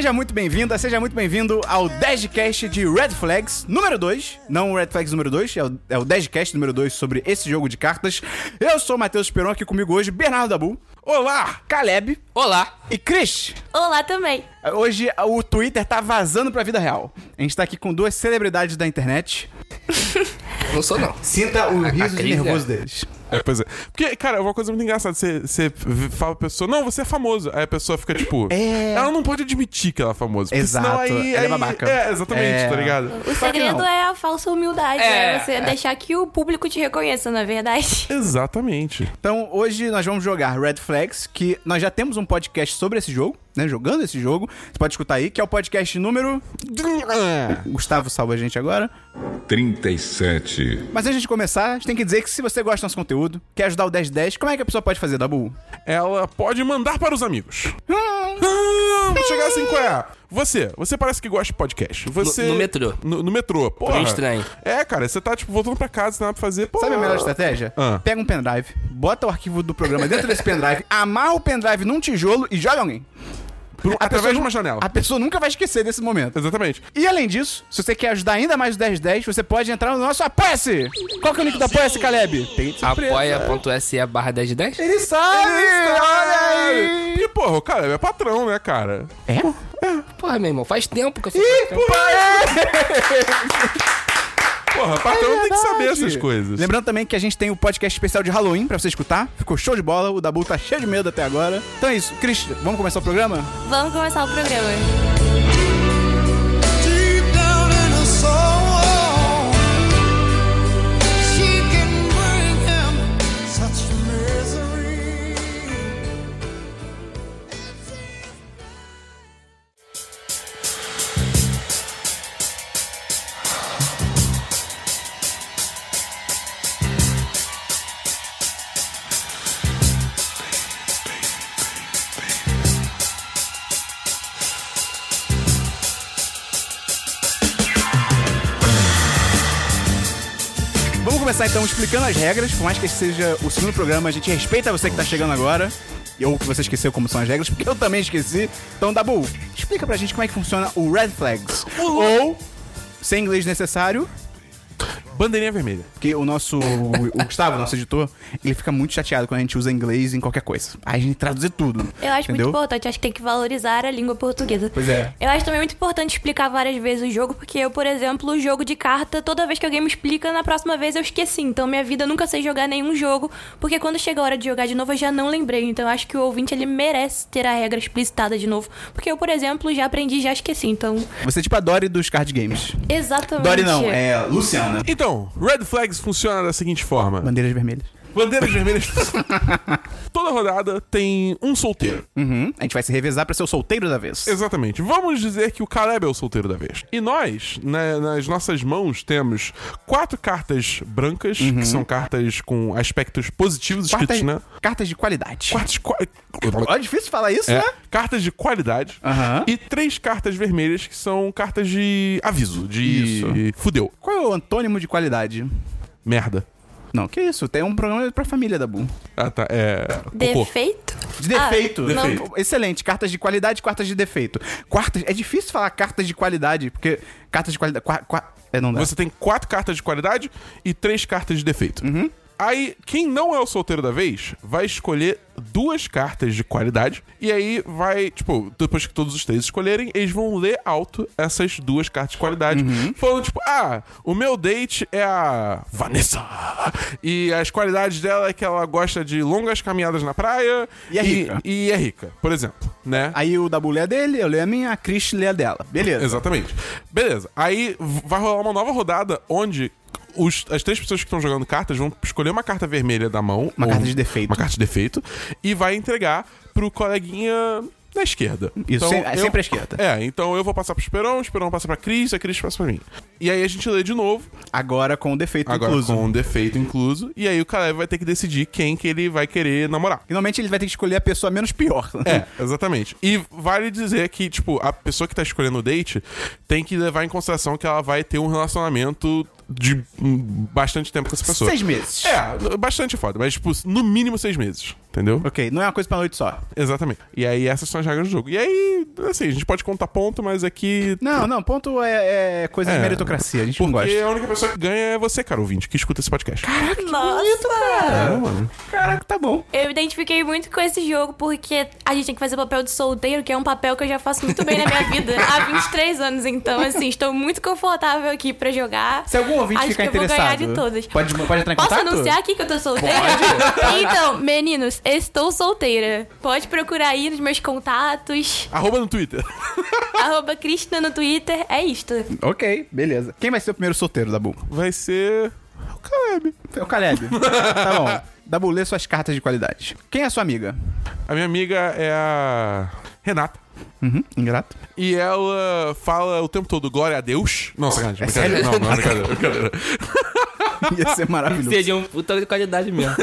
Seja muito bem-vinda, seja muito bem-vindo ao 10cast de Red Flags número 2. Não o Red Flags número 2, é o 10cast número 2 sobre esse jogo de cartas. Eu sou o Matheus Peron, aqui comigo hoje, Bernardo Dabu. Olá! Caleb. Olá! E Cris. Olá também. Hoje o Twitter tá vazando pra vida real. A gente tá aqui com duas celebridades da internet. Não sou, não. Sinta o riso de nervoso deles. Pois é. Porque, cara, é uma coisa muito engraçada. Você fala pra pessoa, não, você é famoso. Aí a pessoa fica tipo... Ela não pode admitir que ela é famosa. Exato. Senão aí, ela é babaca. Exatamente, tá ligado? O segredo é a falsa humildade, né? Você deixar que o público te reconheça, na verdade. Exatamente. Então, hoje nós vamos jogar Red Flags, que nós já temos um podcast sobre esse jogo, né? Jogando esse jogo. Você pode escutar aí, que é o podcast número... Gustavo salva a gente agora. 37. Mas antes de começar, a gente tem que dizer que se você gosta do nosso conteúdo, quer ajudar o 1010, como é que a pessoa pode fazer, Dabu? Ela pode mandar para os amigos. Chegar assim, qual é? Você parece que gosta de podcast. Você... No metrô. No metrô, porra. Bem estranho. Cara, você tá, tipo, voltando pra casa, não dá pra fazer, porra. Sabe a melhor estratégia? Pega um pendrive, bota o arquivo do programa dentro desse pendrive, amarra o pendrive num tijolo e joga alguém. Através de uma janela. A pessoa nunca vai esquecer desse momento. Exatamente. E além disso, se você quer ajudar ainda mais o 1010, você pode entrar no nosso Apoia-se. Qual que é o link do Apoia-se, Caleb? Tem surpresa. Apoia.se/1010? Ele sabe! Olha aí! Porque, porra, o cara é patrão, né, cara? É? Porra, meu irmão, faz tempo que eu sou Porra, patrão tem que saber essas coisas. Lembrando também que a gente tem o podcast especial de Halloween pra você escutar. Ficou show de bola, o Dabu tá cheio de medo até agora. Então é isso. Cris, vamos começar o programa? Vamos começar o programa. Vamos começar então explicando as regras. Por mais que esse seja o segundo programa, a gente respeita você que tá chegando agora. Ou que você esqueceu como são as regras, porque eu também esqueci. Então, Dabu, explica pra gente como é que funciona o Red Flags. Ou, sem inglês necessário... Bandeirinha vermelha. Porque o nosso... o Gustavo, nosso editor, ele fica muito chateado quando a gente usa inglês em qualquer coisa. Aí a gente traduz tudo. Eu acho entendeu? muito importante, acho que tem que valorizar a língua portuguesa. Pois é. Eu acho também muito importante explicar várias vezes o jogo, porque eu, por exemplo, o jogo de carta, toda vez que alguém me explica, na próxima vez eu esqueci. Então minha vida nunca sei jogar nenhum jogo, porque quando chega a hora de jogar de novo eu já não lembrei. Então eu acho que o ouvinte, ele merece ter a regra explicitada de novo. Porque eu, por exemplo, já aprendi e já esqueci, então... Você é tipo a Dory dos card games. Exatamente. Dory não, é Luciana. Então, Red Flags funciona da seguinte forma. Bandeiras vermelhas. Bandeiras vermelhas. Toda rodada tem um solteiro. A gente vai se revezar pra ser o solteiro da vez. Exatamente. Vamos dizer que o Caleb é o solteiro da vez. E nós, né, nas nossas mãos, temos 4 cartas brancas, que são cartas com aspectos positivos escritos, né? Cartas de qualidade. Cartas É difícil falar isso, né? Cartas de qualidade. E 3 cartas vermelhas, que são cartas de aviso, de fudeu. Qual é o antônimo de qualidade? Merda. Não, que isso? Tem um programa pra família, Dabu. Ah, tá. Cocô. Defeito? De defeito. não. Excelente. Cartas de qualidade e cartas de defeito. É difícil falar cartas de qualidade, porque cartas de qualidade... não dá. Você tem 4 cartas de qualidade e 3 cartas de defeito. Aí, quem não é o solteiro da vez, vai escolher 2 cartas de qualidade. E aí vai, tipo, depois que todos os 3 escolherem, eles vão ler alto essas 2 cartas de qualidade. Falando, tipo, o meu date é a Vanessa. E as qualidades dela é que ela gosta de longas caminhadas na praia. E é rica. E é rica, por exemplo, né? Aí o Dabu lê a dele, eu leio a minha, a Cris lê a dela. Beleza. Exatamente. Beleza. Aí vai rolar uma nova rodada onde... as 3 pessoas que estão jogando cartas vão escolher uma carta vermelha da mão. Uma carta de defeito. Uma carta de defeito. E vai entregar pro coleguinha da esquerda. Isso, sempre à esquerda. Então eu vou passar pro Esperão, o Esperão passa pra Cris, a Cris passa pra mim. E aí a gente lê de novo. Agora com o defeito Agora incluso. com o defeito incluso. E aí o Caleb vai ter que decidir quem que ele vai querer namorar. Finalmente ele vai ter que escolher a pessoa menos pior. Exatamente. E vale dizer que, tipo, a pessoa que tá escolhendo o date tem que levar em consideração que ela vai ter um relacionamento de bastante tempo com essa pessoa. 6 meses. É, bastante foda, mas tipo, no mínimo 6 meses, entendeu? Ok, não é uma coisa pra noite só. Exatamente. E aí essas são as regras do jogo. E aí, assim, a gente pode contar ponto, mas aqui... Não, ponto é coisa de meritocracia, a gente não Porque gosta. a única pessoa que ganha é você, cara, ouvinte, que escuta esse podcast. Nossa! Mano. Caraca, tá bom. Eu me identifiquei muito com esse jogo porque a gente tem que fazer o papel de solteiro, que é um papel que eu já faço muito bem na minha vida há 23 anos. Então, assim, estou muito confortável aqui pra jogar. Se algum ouvinte Acho ficar que eu vou interessado, ganhar de todas. pode entrar em Posso contato? anunciar aqui que eu tô solteira? Então, meninos, estou solteira. Pode procurar aí nos meus contatos. Arroba no Twitter. @Cristina no Twitter. É isto. Ok, beleza. Quem vai ser o primeiro solteiro, Dabu? Vai ser o Caleb. É o Caleb. Tá bom. Dabu, lê suas cartas de qualidade. Quem é a sua amiga? A minha amiga é a Renata. Ingrato. E ela fala o tempo todo, glória a Deus. Não, sacanagem. sério? Não é brincadeira. Ia ser maravilhoso. Seria um puta de qualidade mesmo.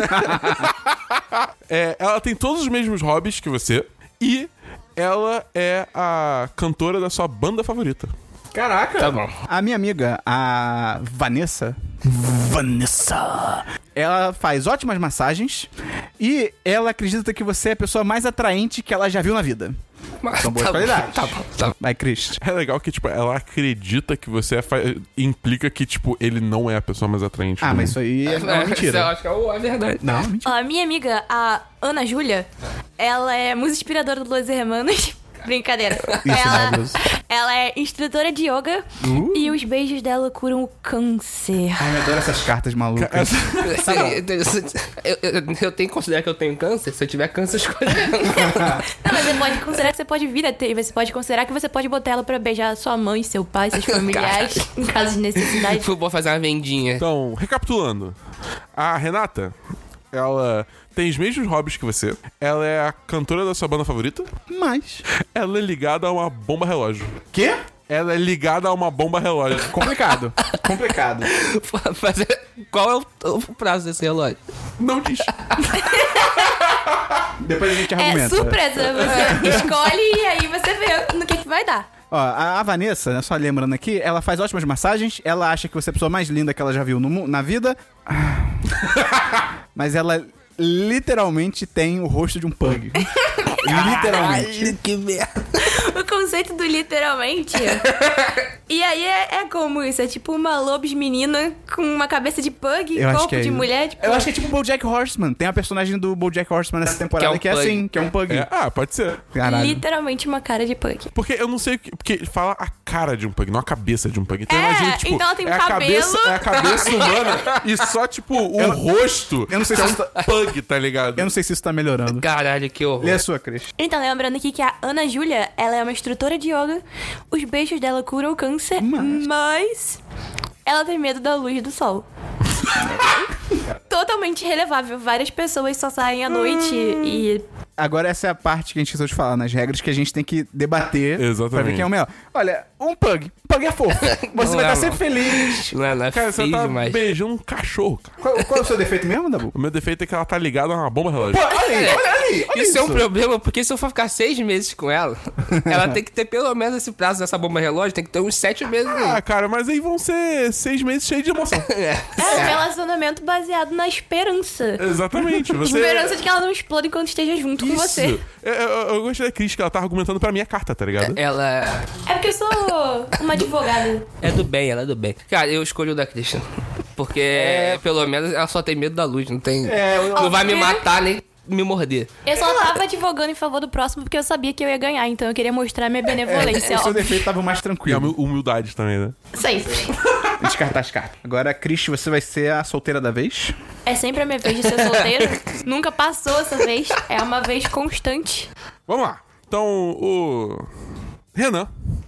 É, ela tem todos os mesmos hobbies que você. E ela é a cantora da sua banda favorita. Caraca. Tá bom. A minha amiga, a Vanessa, ela faz ótimas massagens e ela acredita que você é a pessoa mais atraente que ela já viu na vida. São boas qualidades. Tá bom, tá bom. Vai, Cris. É legal que, tipo, ela acredita que você implica que, tipo, ele não é a pessoa mais atraente. Ah, do mas mundo. isso aí é uma Isso eu mentira. acho que é a verdade. Não, mentira. Ó, a minha amiga, a Ana Júlia, ela é música inspiradora do Los Hermanos. Brincadeira. Isso é maravilhoso. Ela é instrutora de yoga e os beijos dela curam o câncer. Ai, eu adoro essas cartas malucas. Eu tenho que considerar que eu tenho câncer. Se eu tiver câncer, eu escolho. Não, mas você pode considerar que você pode vir a ter. Você pode considerar que você pode botar ela pra beijar sua mãe, seu pai, seus familiares, em caso de necessidade. Vou fazer uma vendinha. Então, recapitulando. A Renata, ela tem os mesmos hobbies que você. Ela é a cantora da sua banda favorita. Mas... Ela é ligada a uma bomba relógio. Quê? Ela é ligada a uma bomba relógio. Complicado. Complicado. Mas qual é o prazo desse relógio? Não diz. Depois a gente É argumenta. surpresa. Você escolhe e aí você vê no que vai dar. Ó, a Vanessa, né, só lembrando aqui, ela faz ótimas massagens, ela acha que você é a pessoa mais linda que ela já viu na vida. Mas ela literalmente tem o rosto de um pug. Literalmente. Que merda. O conceito do literalmente. E aí é como isso? É tipo uma lobis menina com uma cabeça de pug, Eu acho corpo que é de isso. mulher. Tipo... Eu acho que é tipo o BoJack Horseman. Tem a personagem do BoJack Horseman nessa temporada que é, pug. assim, que é um pug. Pode ser. Caralho. Literalmente uma cara de pug. Porque eu não sei o que... Porque fala a cara de um pug, não a cabeça de um pug. Então É, imagina, tipo, então ela tem um a cabeça, cabelo. é a cabeça humana e só, tipo, o rosto eu não sei que é se um pug, tá ligado? Eu não sei se isso tá melhorando. Caralho, que horror. Lê a sua, Cris. Então, lembrando aqui que a Ana Júlia, ela é uma instrutora de yoga. Os beijos dela curam o câncer, mas ela tem medo da luz do sol. Totalmente relevável. Várias pessoas só saem à noite e... Agora essa é a parte que a gente esqueceu de falar nas regras que a gente tem que debater Exatamente. pra ver quem é o melhor. Olha, um pug. Pug é fofo. Você vai estar sempre feliz. Não é Cara, você feio tá demais. beijando um cachorro, cara. Qual é o seu defeito mesmo, Dabu? O meu defeito é que ela tá ligada a uma bomba relógio. Pô, olha aí, olha ali. Olha Isso é um problema, porque se eu for ficar 6 meses com ela, ela tem que ter pelo menos esse prazo dessa bomba relógio, tem que ter uns 7 meses Ah, aí. cara, mas aí vão ser 6 meses cheios de emoção. É um relacionamento baseado na esperança. Exatamente. Você... Esperança de que ela não exploda enquanto esteja junto com você. Eu gostei da Cris, que ela tá argumentando pra minha carta, tá ligado? Ela É porque eu sou uma advogada. é do bem, ela é do bem. Cara, eu escolhi o da Christian. Porque pelo menos ela só tem medo da luz, não tem. Não vai me matar nem me morder. Eu só tava advogando em favor do próximo porque eu sabia que eu ia ganhar, então eu queria mostrar minha benevolência. O seu Óbvio. defeito tava mais E a tranquilo. humildade também, né? Sempre. Descartar as cartas. Agora, Cris, você vai ser a solteira da vez? É sempre a minha vez de ser solteiro. Nunca passou essa vez. É uma vez constante. Vamos lá. Então, o Renan,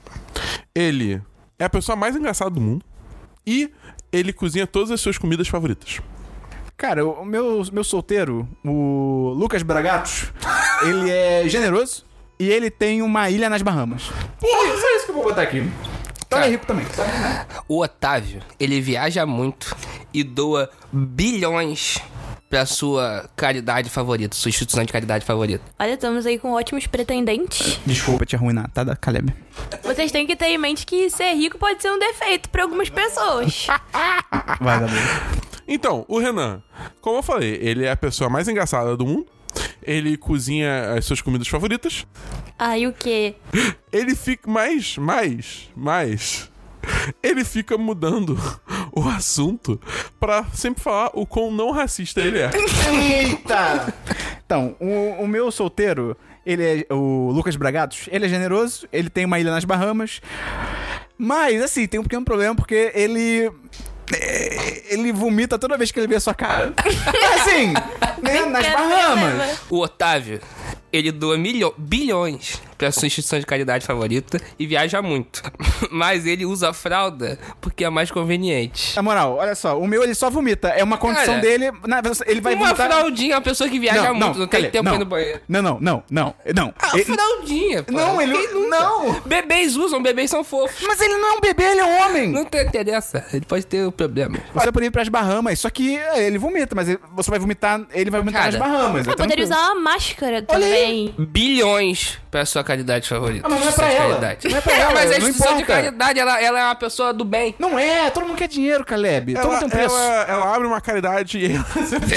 ele é a pessoa mais engraçada do mundo e ele cozinha todas as suas comidas favoritas. Cara, o meu solteiro, o Lucas Bragatos, ele é generoso e ele tem uma ilha nas Bahamas. Só isso que eu vou botar aqui. Então ele é rico também. O Otávio, ele viaja muito e doa bilhões pra sua caridade favorita, sua instituição de caridade favorita. Olha, estamos aí com ótimos pretendentes. Desculpa te arruinar, tá, da Caleb? Você vocês têm que ter em mente que ser rico pode ser um defeito pra algumas pessoas. Vai, Dabu. Então, o Renan, como eu falei, ele é a pessoa mais engraçada do mundo. Ele cozinha as suas comidas favoritas. Aí o quê? Ele fica mais. Ele fica mudando o assunto pra sempre falar o quão não racista ele é. Eita! Então, o meu solteiro, ele é o Lucas Bragatos, ele é generoso, ele tem uma ilha nas Bahamas, mas, assim, tem um pequeno problema porque ele vomita toda vez que ele vê a sua cara. Assim, né, nas Bahamas. O Otávio, ele doa bilhões pra sua instituição de caridade favorita e viaja muito. Mas ele usa fralda porque é mais conveniente. Na moral, olha só, o meu ele só vomita. É uma condição Cara, dele. Ele vai uma vomitar. fraldinha, uma pessoa que viaja muito, não tem tempo pra ir no banheiro. Não. Fraldinha, pô. Não, ele. Não! Bebês usam, bebês são fofos. Mas ele não é um bebê, ele é um homem! Não tem interessa, ele pode ter um problema. Você pode ir pras Bahamas, só que ele vomita, mas você vai vomitar, ele vai vomitar Cara, nas Bahamas. Eu poderia usar uma máscara também. Bilhões pra sua caridade favorita. Mas não é pra ela. Não é pra ela, Mas a não instituição de importa. caridade, ela é uma pessoa do bem. Não é, todo mundo quer dinheiro, Caleb. Todo mundo tem um preço. Ela abre uma caridade e ela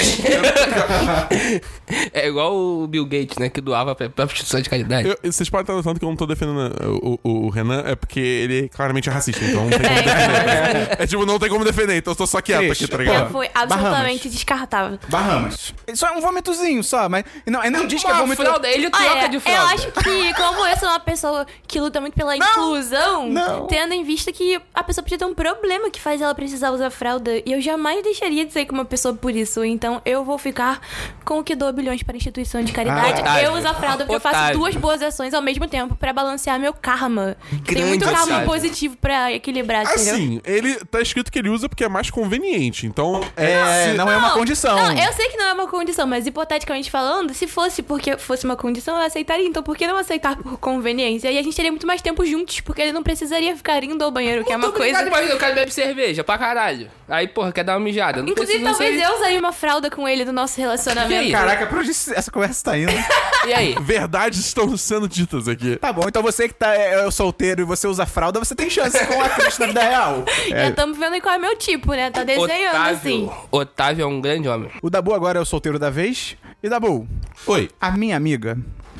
É igual o Bill Gates, né? Que doava pra instituição de caridade. Vocês podem estar notando que eu não tô defendendo o Renan, é porque ele claramente é racista, então não tem como defender. É tipo, não tem como defender, então eu tô só quieto Triste. aqui, tá ligado? Eu fui absolutamente descartável. Bahamas. Só um vômitozinho só, mas não diz que é Uma vômito. fralda, ele troca de fralda. Eu acho que, como eu sou uma pessoa que luta muito pela inclusão, não. tendo em vista que a pessoa podia ter um problema que faz ela precisar usar fralda, e eu jamais deixaria de ser com uma pessoa por isso. Então eu vou ficar com o que dou bilhões para a instituição de caridade. Otávio. Eu uso a fralda porque eu faço Otávio. 2 boas ações ao mesmo tempo pra balancear meu karma. Tem Grande muito karma Otávio. positivo pra equilibrar, entendeu? Assim, ele tá escrito que ele usa porque é mais conveniente, então... Não é uma condição. Não, eu sei que não é uma condição, mas hipoteticamente falando, se fosse porque fosse uma condição, eu aceitaria. Então por que não aceitar por conveniência? E a gente teria muito mais tempo juntos, porque ele não precisaria ficar indo ao banheiro, que é uma coisa... Imagina, o cara bebe cerveja pra caralho. Aí, porra, quer dar uma mijada. Não Inclusive, precisa talvez ser... eu usaria uma fralda com ele no nosso relacionamento. E aí? Caraca, pra onde essa conversa tá indo? E aí? Verdades estão sendo ditas aqui. Tá bom, então você que é solteiro e você usa fralda, você tem chance com a atriz na vida real. Já estamos vendo aí qual é meu tipo, né? Tá desenhando assim. Otávio é um grande homem. O Dabu agora é o solteiro da vez. E Dabu, Oi. a minha amiga,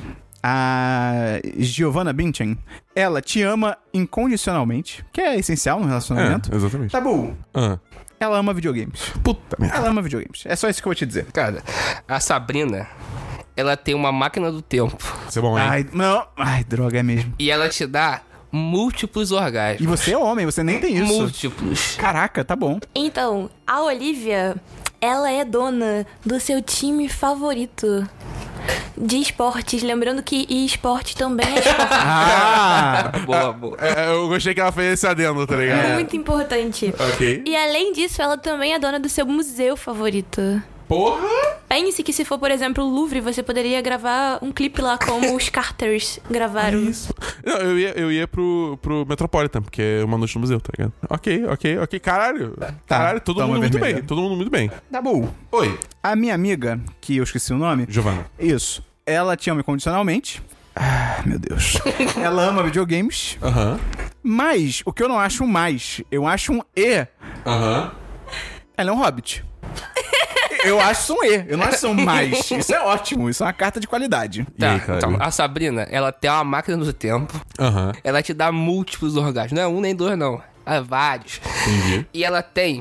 a Giovanna Bündchen, ela te ama incondicionalmente, que é essencial no relacionamento. É, exatamente. Dabu, ela ama videogames. Puta merda. Ela ama videogames. É só isso que eu vou te dizer. Cara, a Sabrina, ela tem uma máquina do tempo. Isso é bom, hein? Ai, não. Ai, droga, é mesmo. E ela te dá múltiplos orgasmos. E você é homem, você nem tem isso. Múltiplos. Caraca, tá bom. Então, a Olivia, ela é dona do seu time favorito de esportes. Lembrando que esporte também é esporte. Ah! Boa. Eu gostei que ela fez esse adendo, tá ligado? Muito importante. Ok. E além disso, ela também é dona do seu museu favorito. Porra! Pense que se for, por exemplo, o Louvre, você poderia gravar um clipe lá como os Carters gravaram. Isso. Não, eu ia pro Metropolitan, porque é uma noite no museu, tá ligado? Ok. Caralho. Caralho, todo toma mundo muito vermelha. bem. Todo mundo muito bem. Dabu, Oi. a minha amiga, que eu esqueci o nome. Giovanna. Isso. Ela te ama incondicionalmente. Ah, meu Deus. Ela ama videogames. Aham. Mas, o que eu não acho um mais, eu acho um E. Aham. Ela é um hobbit. Eu acho isso um E, eu não acho isso um mais. Isso é ótimo, isso é uma carta de qualidade. E aí, Tá, cara? então, a Sabrina, ela tem uma máquina do tempo. Aham. Ela te dá múltiplos orgasmos. Não é um nem dois, não. É vários. Entendi. E ela tem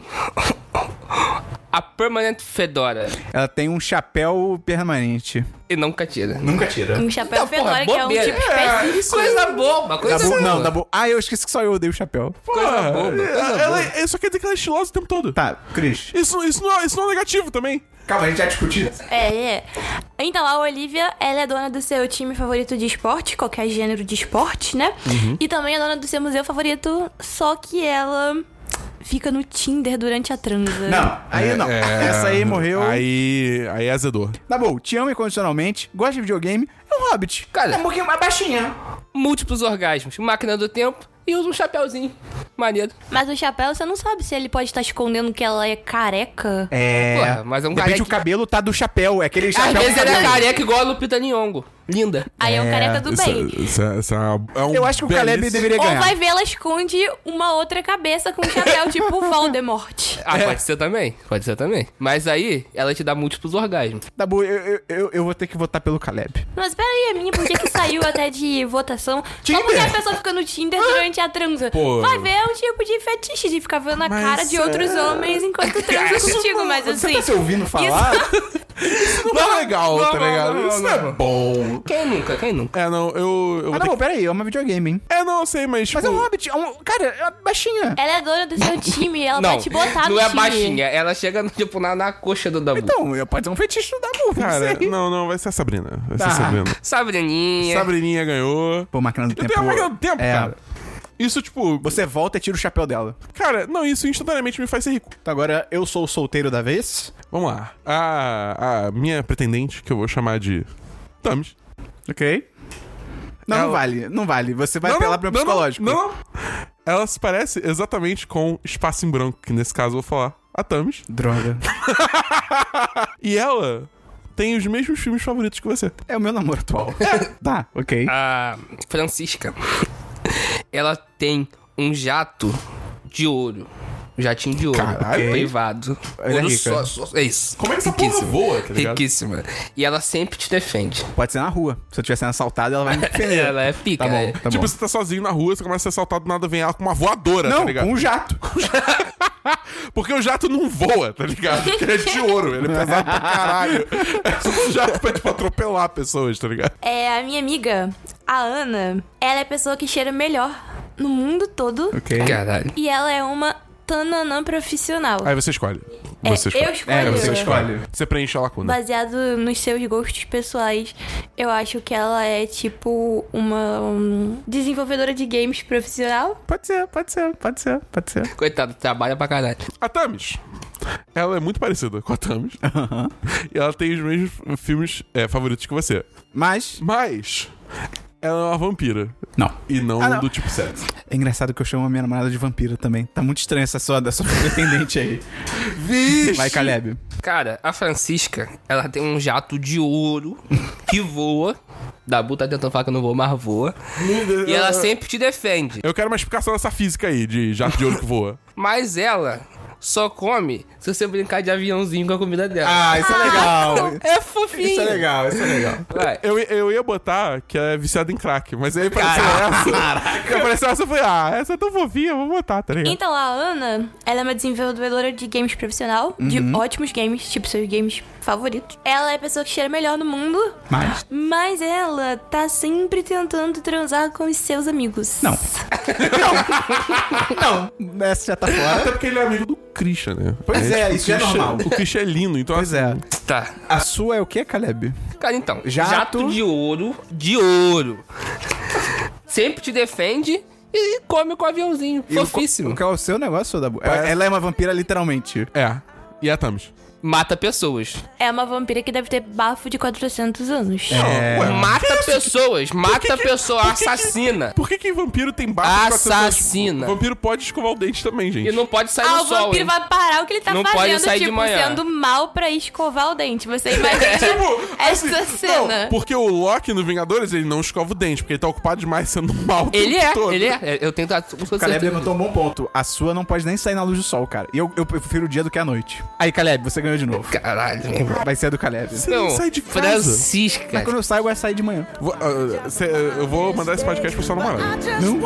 a Permanent Fedora. Ela tem um chapéu permanente. E nunca tira. Nunca tira. Um chapéu Não, porra, fedora, que é um bobeira. tipo específico. Coisa boba, coisa Dabu, boba. não, Dabu. Ah, eu esqueci que só eu odeio o chapéu. Coisa boba, coisa boba. Só quer dizer que ela é estilosa o tempo todo. Tá, Cris. Isso não é negativo também. Calma, a gente já discutiu. É. Então, a Olivia, ela é dona do seu time favorito de esporte, qualquer gênero de esporte, né? E também é dona do seu museu favorito, só que ela fica no Tinder durante a transa. Não, aí não. Essa aí morreu. Aí azedou. Tá bom, te amo incondicionalmente, gosta de videogame, é um hobbit. Cara, É um pouquinho mais baixinha. múltiplos orgasmos, máquina do tempo e usa um chapéuzinho. Maneiro. Mas o chapéu, você não sabe se ele pode estar escondendo que ela é careca. É. Porra, mas é um De repente careca. o cabelo tá do chapéu, é aquele Às chapéu. vezes com ele é cabelo. careca igual a Lupita Nyong'o. Linda. Aí é um careca do bem. Eu acho que o Caleb deveria Ou ganhar. vai ver, ela esconde uma outra cabeça com um chapéu tipo Voldemort. Pode ser também. Pode ser também. Mas aí, ela te dá múltiplos orgasmos. Dabu, eu vou ter que votar pelo Caleb. Mas peraí, a minha, por que saiu até de votação? Só porque a pessoa fica no Tinder durante a transa. Pô. Vai ver, é um tipo de fetiche de ficar vendo a Mas cara de outros homens enquanto transa contigo. Mas Você assim, tá se ouvindo falar? Não é legal, tá não, ligado? não, Isso não é bom. Quem nunca? Quem nunca? Não, eu vou Ah, ter não, peraí, é uma videogame, hein? que... não, eu sei, mas... Mas é um Hobbit, cara, é uma baixinha. ela é dona do seu time, ela vai te botar no não é time. baixinha. Ela chega, tipo, na coxa do Dabu. Então, pode ser um fetiche do Dabu, Cara, não sei. não, vai ser a Sabrina. Vai ser a Tá. Sabrina. Sabrininha. Sabrininha ganhou. Pô, máquina do Eu tempo. tenho a máquina do tempo, é. cara. Isso, tipo... Você volta e tira o chapéu dela. Cara, não, isso instantaneamente me faz ser rico. Então agora eu sou o solteiro da vez. Vamos lá. A minha pretendente, que eu vou chamar de Thames. Ok. Não vale, não vale. Você vai apelar pro meu psicológico. Não. Ela se parece exatamente com Espaço em Branco, que nesse caso eu vou falar a Thames. Droga. E ela tem os mesmos filmes favoritos que você. É o meu namoro atual. Tá, ok. A Francisca. Ela tem um jato de ouro. Um jatinho de ouro. Caralho. Privado. Ela é Ouro rica. É isso. Como é que essa porra Riquíssima. voa, tá ligado? Riquíssima. E ela sempre te defende. Pode ser na rua. Se eu estiver sendo assaltado, ela vai me defender. Ela é pica. Tá bom, é. tá Tipo, bom. você tá sozinho na rua, você começa a ser assaltado, nada vem ela com uma voadora, Não, tá ligado? com um jato. Porque o jato não voa, tá ligado? Porque ele é de ouro, ele é pesado pra caralho. É só um jato pra, tipo, atropelar pessoas, tá ligado? É, a minha amiga, a Ana, ela é a pessoa que cheira melhor no mundo todo. Ok. Caralho. E ela é uma tananã profissional. Aí você escolhe. Você escolhe. Eu escolho. É, você escolhe. Você preenche a lacuna. Baseado nos seus gostos pessoais, eu acho que ela é tipo uma desenvolvedora de games profissional. Pode ser. Coitado, trabalha pra caralho. A Thames. Ela é muito parecida com a Thames. E ela tem os mesmos filmes favoritos que você. Mas... Ela é uma vampira. Não. E não, Ah, não. do tipo 7. É engraçado que eu chamo a minha namorada de vampira também. Tá muito estranho essa sua dependente aí. Vixe! Vai, Caleb. Cara, a Francisca, ela tem um jato de ouro que voa. Dabu tá tentando falar que eu não vou, mas voa. E ela sempre te defende. Eu quero uma explicação dessa física aí, de jato de ouro que voa. Mas ela só come se você brincar de aviãozinho com a comida dela. Ah, isso é legal. É fofinho. Isso é legal. Vai. Eu ia botar que ela é viciada em crack, mas aí apareceu essa. Apareceu essa, eu falei, essa é tão fofinha, eu vou botar, tá ligado? Então, a Ana, ela é uma desenvolvedora de games profissional, de ótimos games, tipo seus games favoritos. Ela é a pessoa que cheira melhor no mundo, mas ela tá sempre tentando transar com os seus amigos. Não. Não. Essa já tá fora. Até porque ele é amigo do Christian, né? Pois é, tipo, isso já é o Christian- normal. O Christian é lindo, então Pois é. Tá. A sua é o quê, Caleb? Cara, então. Jato. Jato de ouro. De ouro. Sempre te defende e come com o aviãozinho. Fofíssimo. Qual é o seu negócio, Dabu? Ela é uma vampira, literalmente. É. E a Thames? Mata pessoas. É uma vampira que deve ter bafo de 400 anos. Ué, Mata pessoas. Mata pessoa. Assassina. Por que vampiro tem barba? Assassina. Vampiro pode escovar o dente também, gente. E não pode sair Ah, no o sol, vampiro hein? vai parar o que ele tá Não fazendo, pode sair de tipo, manhã. sendo mal pra escovar o dente. Você imagina essa cena. Não, porque o Loki no Vingadores, ele não escova o dente, porque ele tá ocupado demais sendo mal o Ele tempo é, todo. ele é. Eu tenho O Caleb levantou um bom ponto. A sua não pode nem sair na luz do sol, cara. E eu prefiro o dia do que a noite. Aí, Caleb, você ganhou de novo. Caralho, meu irmão. Vai ser a do Caleb. Você nem sai de casa. Francisca. Mas quando eu saio, eu gosto de sair de manhã. Eu vou mandar esse podcast pro seu namorado. Não?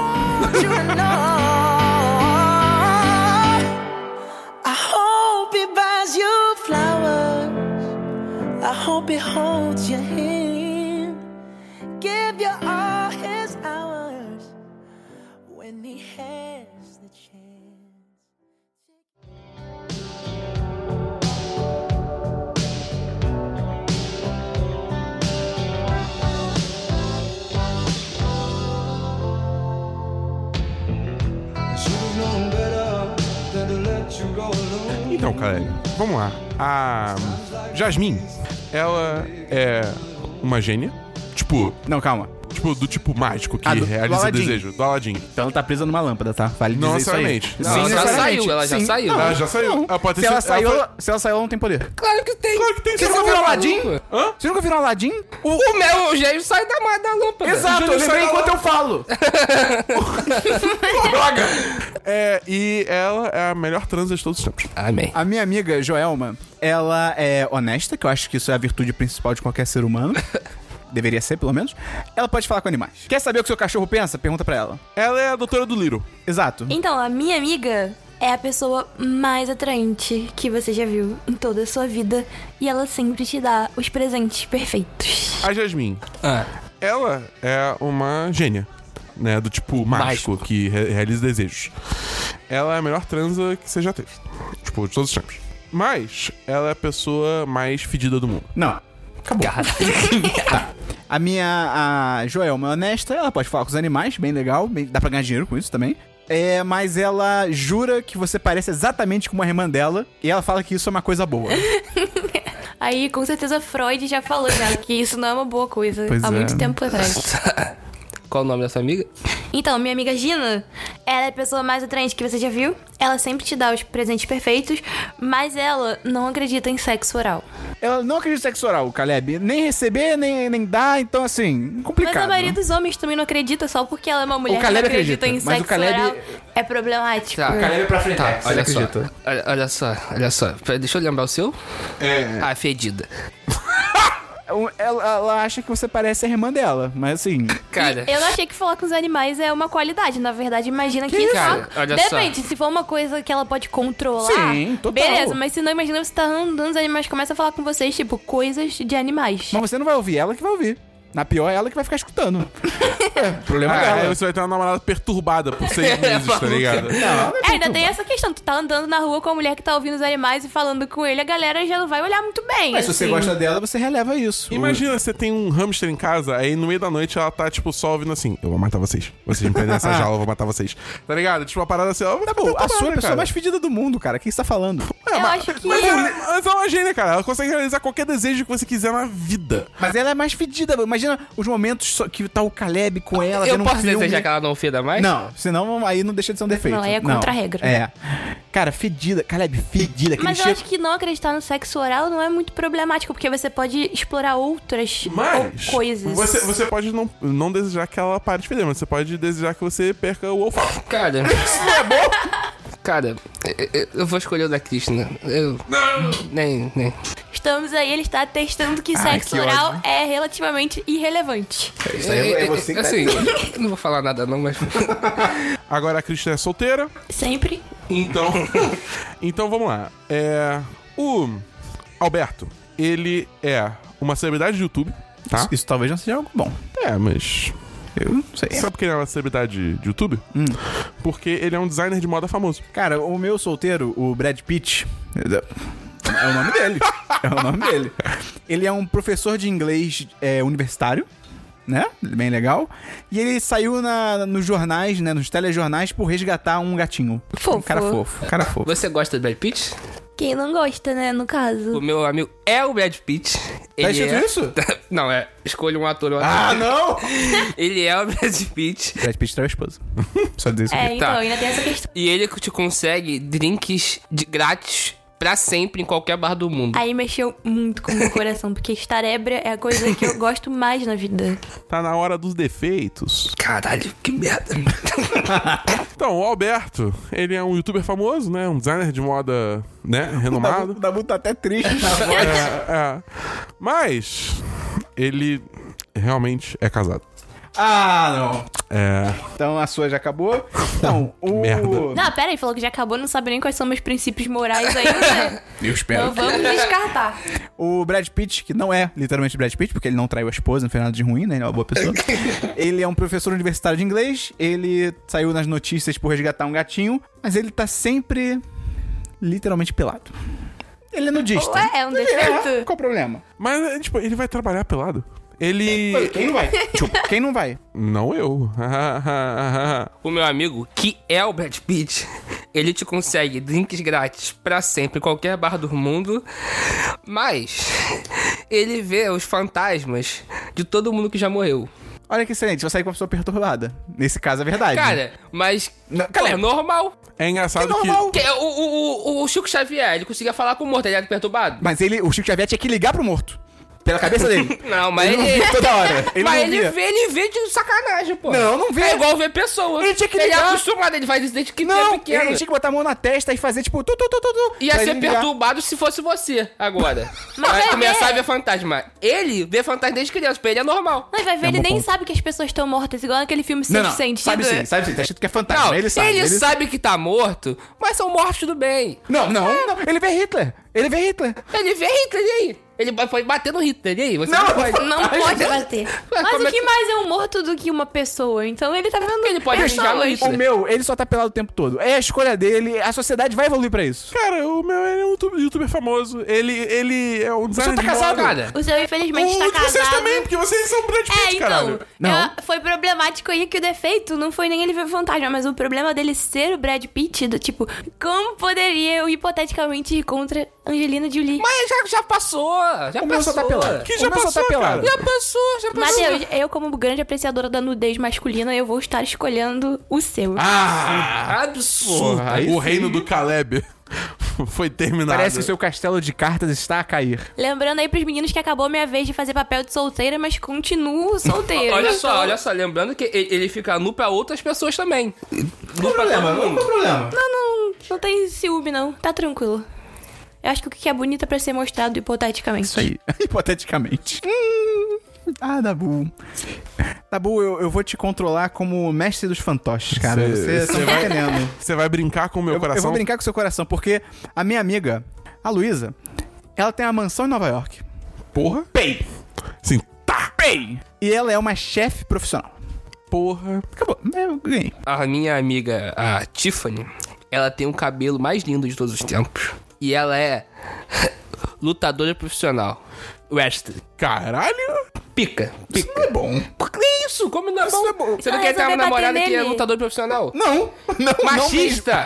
I hope he buys you flowers. I hope he holds your hand. Give you all his hours when he has the chance. Então, Caleb, vamos lá. A Jasmine, ela é uma gênia. Tipo, Não, calma. tipo, do tipo mágico, que do realiza Aladdin. desejo. Do Aladdin. Então ela tá presa numa lâmpada, tá? Vale dizer Não isso aí. necessariamente. Não, ela já necessariamente. saiu, ela já Sim. saiu. Não, Ah, já saiu? não. Ah, pode Se ser ela saiu, foi- se ela saiu, ela não tem poder. Claro que tem. Claro que tem. Vocês Você nunca viram Aladdin? Hã? Vocês nunca viram Aladdin? O meu gênio sai da lâmpada. Exato, eu lembrei enquanto eu falo. Droga! E ela é a melhor transa de todos os tempos. Amém. A minha amiga Joelma, ela é honesta, que eu acho que isso é a virtude principal de qualquer ser humano. Deveria ser, pelo menos. Ela pode falar com animais. Quer saber o que seu cachorro pensa? Pergunta pra ela. Ela é a doutora do Little. Exato. Então, a minha amiga é a pessoa mais atraente que você já viu em toda a sua vida. E ela sempre te dá os presentes perfeitos. A Jasmine. Ah, Ela é uma gênia, né? Do tipo mágico, que realiza desejos. Ela é a melhor transa que você já teve. Tipo, de todos os tempos. Mas ela é a pessoa mais fedida do mundo. Não. Acabou. cara. A Joelma é honesta, ela pode falar com os animais, bem legal, dá pra ganhar dinheiro com isso também. Mas ela jura que você parece exatamente com uma irmã dela e ela fala que isso é uma coisa boa. Aí, com certeza, Freud já falou já que isso não é uma boa coisa. Pois há é. muito tempo atrás. Qual o nome dessa amiga? Então, minha amiga Gina, ela é a pessoa mais atraente que você já viu. Ela sempre te dá os presentes perfeitos, mas ela não acredita em sexo oral. Ela não acredita em sexo oral, Caleb. Nem receber, nem dar, então assim, complicado. Mas a maioria dos homens também não acredita, só porque ela é uma mulher que não Caleb acredita em acredita, mas o sexo Caleb- oral. É problemático. Tá. O Caleb é pra frente, Tá, você olha só. acredita. Olha só. Deixa eu lembrar o seu. Ah, fedida. Ela acha que você parece a irmã dela, mas assim... Cara, Eu não achei que falar com os animais é uma qualidade. Na verdade, imagina que isso? isso. Cara, olha só. Depende, se for uma coisa que ela pode controlar. Sim, total. Beleza, mas se não, imagina você tá andando, os animais começam a falar com vocês, tipo, coisas de animais. Mas você não vai ouvir, ela que vai ouvir. Na pior, é ela que vai ficar escutando. Problema Aí dela. você vai ter uma namorada perturbada por 6 meses, tá ligado? Ainda tem essa questão, tu tá andando na rua com a mulher que tá ouvindo os animais e falando com ele, a galera já não vai olhar muito bem. Mas se você assim. gosta dela, você releva isso. Imagina você tem um hamster em casa, aí no meio da noite ela tá, tipo, só ouvindo assim: eu vou matar vocês. Vocês me prendem nessa jaula, eu vou matar vocês. Tá ligado? Tipo, uma parada assim, ó. Tá bom, a sua é a pessoa mais fedida do mundo, cara. O que você tá falando? Eu acho que... Mas ela é uma gênia, cara. Ela consegue realizar qualquer desejo que você quiser na vida. Mas ela é mais fedida. Imagina os momentos que tá o Caleb com ela eu vendo um posso filme. desejar que ela não feda mais? Não, senão aí não deixa de ser um defeito. Não, aí é contra a regra. É. Cara, fedida. Caleb, fedida. Aquele Mas eu cheiro... acho que não acreditar no sexo oral não é muito problemático, porque você pode explorar outras Mas coisas. você pode não desejar que ela pare de feder, mas você pode desejar que você perca o olfato. Cara. Cara, eu vou escolher o da Krishna. Nem. Estamos aí, ele está testando que Ai, sexo que oral ódio. é relativamente irrelevante. Isso aí é você que tá... Assim, eu não vou falar nada não, mas... Agora a Cristina é solteira, Sempre. então vamos lá. O Alberto, ele é uma celebridade de YouTube, tá? Isso talvez não seja algo bom. Mas... Eu não sei. Sabe por que ele é uma celebridade de YouTube? Porque ele é um designer de moda famoso. Cara, o meu solteiro, o Brad Pitt... É o nome dele. É o nome dele. Ele é um professor de inglês universitário, né? Bem legal. E ele saiu nos jornais, né? Nos telejornais por resgatar um gatinho. Fofo. Um cara fofo. Um cara fofo. Você gosta do Brad Pitt? Quem não gosta, né, no caso. O meu amigo é o Brad Pitt. Tá escrito isso? Não, escolha um ator. não! Ele é o Brad Pitt. Brad Pitt traiu a esposa. Só dizer isso aqui. Então, Tá. ainda tem essa questão. E ele te consegue drinks grátis pra sempre em qualquer bar do mundo. Aí mexeu muito com o meu coração, porque estar ébria é a coisa que eu gosto mais na vida. Tá na hora dos defeitos. Caralho, que merda. Então, o Alberto, ele é um youtuber famoso, né? Um designer de moda, né? Renomado. O Dabu tá até triste na voz. Mas ele realmente é casado. Não. Então a sua já acabou. Então, Merda. Não, pera aí, falou que já acabou, não sabe nem quais são meus princípios morais ainda. Eu espero. Então vamos descartar. O Brad Pitt, que não é literalmente Brad Pitt, porque ele não traiu a esposa, não fez nada de ruim, né? Ele é uma boa pessoa. Ele é um professor universitário de inglês, ele saiu nas notícias por resgatar um gatinho, mas ele tá sempre literalmente pelado. Ele é nudista. Ué, é um defeito? Qual o problema? Mas, tipo, ele vai trabalhar pelado. Ele... Quem não vai? Quem não vai? Não eu. O meu amigo, que é o Brad Pitt, ele te consegue drinks grátis pra sempre em qualquer bar do mundo, mas ele vê os fantasmas de todo mundo que já morreu. Olha que excelente, eu saí com uma pessoa perturbada. Nesse caso é verdade. Cara, mas... Pô, é normal. É engraçado que... normal. O Chico Xavier, ele conseguia falar com o morto, ele era perturbado? Mas o Chico Xavier tinha que ligar pro morto. Pela cabeça dele. Não, mas ele não via toda hora. Mas não via. ele vê de sacanagem, pô. Não vê. É igual ver pessoas. Ele tinha que Ele é ligar. acostumado, ele faz isso desde que Não, é pequeno. ele tinha que botar a mão na testa e fazer tipo... Ia pra ser ele ligar. perturbado se fosse você, agora. Mas Vai vai começar ver. a ver fantasma. Ele vê fantasma desde criança, pra ele é normal. Mas vai ver, É um ele bom nem ponto. sabe que as pessoas estão mortas, igual naquele filme Não, Sexto Sentido. sabe sim. Tá escrito que é fantasma. Não, ele sabe. que tá morto, mas são mortos tudo bem. Não. Ele vê Hitler. Ele vê Hitler, e aí? Ele pode bater no Hitler, e aí? Você Não, pode. Não pode bater. Mas como o é que que- mais é um morto do que uma pessoa? Então ele tá vendo Ele pode mijar no pessoas. Hitler. O meu, ele só tá pelado o tempo todo. É a escolha dele, a sociedade vai evoluir pra isso. Cara, o meu ele é um youtuber famoso. Ele é um designer tá de casado, moda. Cara, O seu, infelizmente, O tá de casado. vocês também, porque vocês são Brad Pitt, então, caralho. Não. foi problemático aí que o defeito não foi nem ele ver fantasma, mas o problema dele ser o Brad Pitt, do tipo, como poderia eu hipoteticamente ir contra Angelina Jolie? mas já passou. Já O meu só passou. tá pelado. Que O já meu só passou, tá pelado. cara. Já passou. Matheus, eu como grande apreciadora da nudez masculina, eu vou estar escolhendo o seu. Absurdo. Porra, aí O sim. reino do Caleb foi terminado. Parece que o seu castelo de cartas está a cair. Lembrando aí pros meninos que acabou minha vez de fazer papel de solteira, mas continuo solteira. Olha Então, só, lembrando que ele fica nu pra outras pessoas também. Nu pra problema? todo mundo. problema? Não tem ciúme, não. Tá tranquilo. Eu acho que o que é bonito é pra ser mostrado hipoteticamente. Isso aí. Hipoteticamente. Dabu. Dabu, eu vou te controlar como mestre dos fantoches, cara. Você tá vai- entendendo. Você vai brincar com o meu Eu coração? vou brincar com o seu coração, porque a minha amiga, a Luísa, ela tem uma mansão em Nova York. Porra. Bem. Sim. Tá. Bem. E ela é uma chefe profissional. Porra. Acabou. Eu ganhei. A minha amiga, a Tiffany, ela tem o cabelo mais lindo de todos os tempos. E ela é lutadora profissional. Wrestling. Caralho. Pica. Isso não é bom. Por que isso? Como não é bom? não é bom. Você não Ah, quer ter uma resolver namorada bater que é nele. lutador profissional? Não. Machista!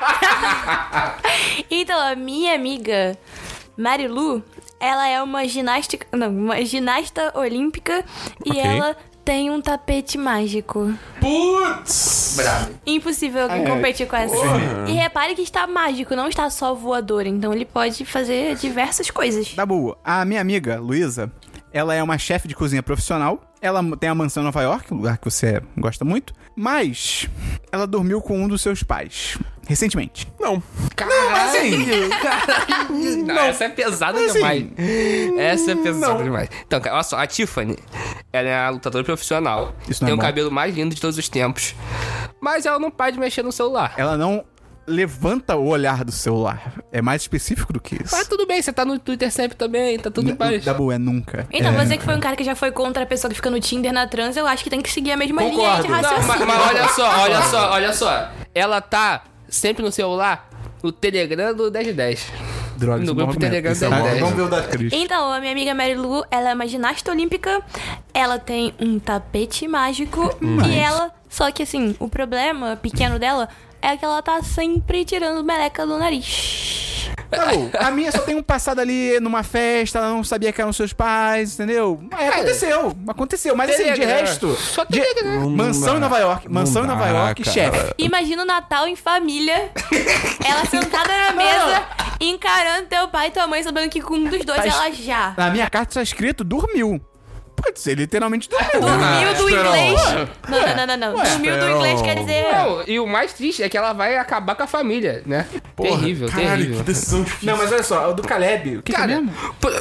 Então, a minha amiga Marilu, ela é uma ginasta olímpica e Ok. ela tem um tapete mágico. Putz. Bravo. Impossível competir com essa. E repare que está mágico, não está só voador. Então ele pode fazer diversas coisas. Dabu, a minha amiga, Luísa, ela é uma chefe de cozinha profissional. Ela tem a mansão em Nova York, um lugar que você gosta muito. Mas ela dormiu com um dos seus pais. Recentemente. Não. Caralho! Caralho! Não, essa é pesada Mas demais. assim, Essa é pesada demais. Então, cara, olha só, a Tiffany, ela é a lutadora profissional. Isso não tem é o bom. cabelo mais lindo de todos os tempos. Mas ela não para de mexer no celular. Ela não levanta o olhar do celular. É mais específico do que isso. Mas tudo bem, você tá no Twitter sempre também, tá tudo em paz. Dabu, é nunca. Então, você que foi um cara que já foi contra a pessoa que fica no Tinder na trans, eu acho que tem que seguir a mesma linha de Concordo. Não, raciocínio. mas olha só. Ela tá sempre no celular, no Telegram do 1010. Droga, No isso é um grupo bom Telegram argumento. Isso é tem bom. 10. Vamos ver o da Cris. Então, a minha amiga Marilu, ela é uma ginasta olímpica, ela tem um tapete mágico e ela... Só que assim, o problema pequeno dela é que ela tá sempre tirando meleca do nariz. Dabu, a minha só tem um passado ali numa festa, ela não sabia que eram seus pais, entendeu? Mas aconteceu. Mas assim, de Telegram. resto... Só de- Telegram. Mansão em Nova York. Mansão em Não Nova dá, York, cara. chefe. Imagina o Natal em família, ela sentada na mesa, encarando teu pai e tua mãe, sabendo que com um dos dois Tá ela já... Na minha carta tá escrito dormiu. Pode ser, literalmente dormiu. Dormiu do Esperon. inglês. Não. Dormiu do Esperon. inglês quer dizer. Não, e o mais triste é que ela vai acabar com a família, né? Porra, terrível, caralho, terrível. que decisão difícil. Não, mas olha só, o do Caleb. O que Cara, que é mesmo?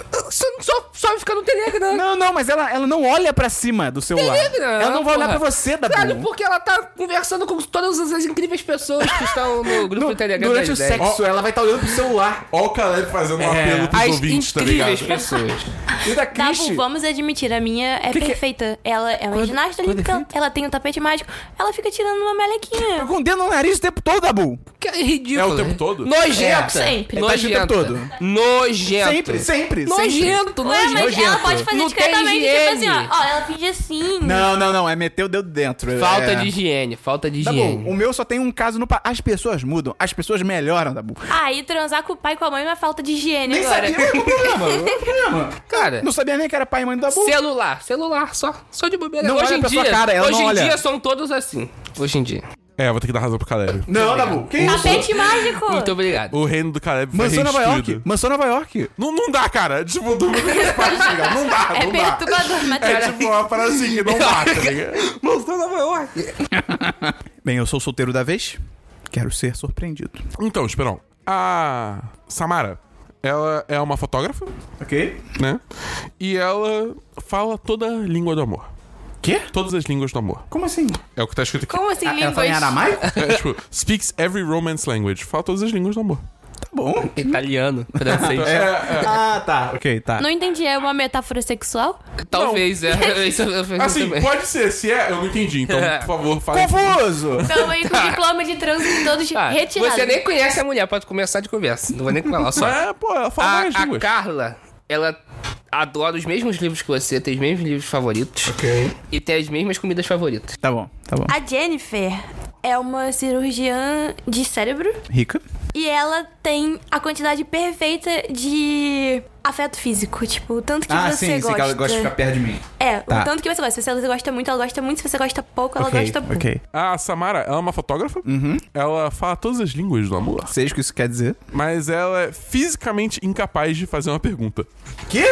só fica no Telegram. Não, mas ela não olha pra cima do celular. Telegram, Ela não vai olhar porra. pra você, Dabu. Claro, porque ela tá conversando com todas as incríveis pessoas que estão no grupo do Telegram. Durante o 1010. sexo, ela vai estar olhando pro celular. Ó o Caleb fazendo um apelo pros As ouvintes, tá ligado? incríveis pessoas. E da Dabu, Cris... vamos admitir, a minha é Que é? perfeita. Ela é uma ginasta olímpica, ela tem um tapete mágico, ela fica tirando uma melequinha. Com o dedo no nariz o tempo todo, Dabu. Que é ridículo. É o tempo todo? Nojenta. Sempre. Tá o tempo todo. Nojento. Sempre. Nojento, Ué, mas nojento. ela pode fazer Não discretamente, tem tipo assim, higiene. ó, ela finge assim. Não, é meter o dedo dentro. Falta é... de higiene, falta de Dabu, higiene. o meu só tem um caso no... As pessoas mudam, as pessoas melhoram, Dabu. Aí transar com o pai e com a mãe não é falta de higiene Nem agora. sabia qual é o problema. Cara, Não sabia nem que era pai e mãe do Dabu. celular, só de bobeira. Não Hoje olha em pra sua dia, cara, ela hoje não em olha. dia são todos assim. Hoje em dia. Vou ter que dar razão pro Caleb. Não, Dabu. Que isso? Tapete mágico! Muito obrigado. O reino do Caleb foi Mansão Nova restituído. York. Mansão Nova York. Não dá, cara. Tipo, não dá, É não dá. perturbador, mas É tipo uma parada assim que não dá, tá ligado? Mansão Nova York. Bem, eu sou o solteiro da vez. Quero ser surpreendido. Então, Esperão. A Samara, ela é uma fotógrafa, Ok. né? E ela fala toda a língua do amor. Quê? Todas as línguas do amor. Como assim? É o que tá escrito aqui. Como assim, Ela fala em línguas? aramaico? É, tipo, speaks every romance language. Fala todas as línguas do amor. Tá bom. Italiano, francês. Ah, tá. Ok, tá. Não entendi, é uma metáfora sexual? Talvez, Isso eu fiz Assim, também. pode ser. Se é, eu não entendi. Então, por favor, fale. Confuso! Estamos aí com o diploma de trânsito todos retirados. Você nem conhece a mulher, pode começar de conversa. Não vou nem falar só. É, pô, ela fala várias A línguas. Carla, ela adora os mesmos livros que você, tem os mesmos livros favoritos. Ok. E tem as mesmas comidas favoritas. Tá bom, tá bom. A Jennifer é uma cirurgiã de cérebro Rica? e ela tem a quantidade perfeita de afeto físico. Tipo, o tanto que você gosta. que ela gosta de ficar perto de mim. É, Tá. o tanto que você gosta. Se você gosta muito, ela gosta muito. Se você gosta pouco, ela gosta pouco. ok. A Samara, ela é uma fotógrafa. Ela fala todas as línguas do amor. Seja o que isso quer dizer. Mas ela é fisicamente incapaz de fazer uma pergunta. Quê?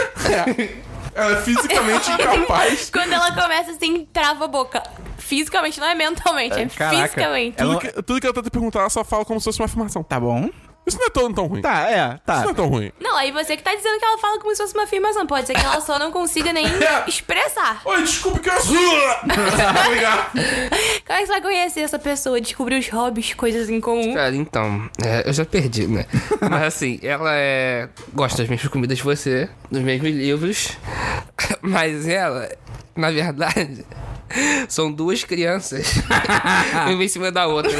Ela é fisicamente incapaz. Quando ela começa assim, trava a boca. Fisicamente, não é mentalmente, é Caraca. fisicamente. Ela- Tudo que ela tenta perguntar, ela só fala como se fosse uma afirmação. Tá bom. Isso não é tão ruim. Tá, Isso tá. não é tão ruim. Não, aí você que tá dizendo que ela fala como se fosse uma afirmação. Pode ser que ela só não consiga nem expressar. Oi, desculpe que eu sou. Obrigado. Como é que você vai conhecer essa pessoa, descobrir os hobbies, coisas em comum? Cara, então, eu já perdi, né? Mas assim, ela gosta das mesmas comidas que você, dos mesmos livros, mas ela, na verdade, são duas crianças, uma em cima da outra.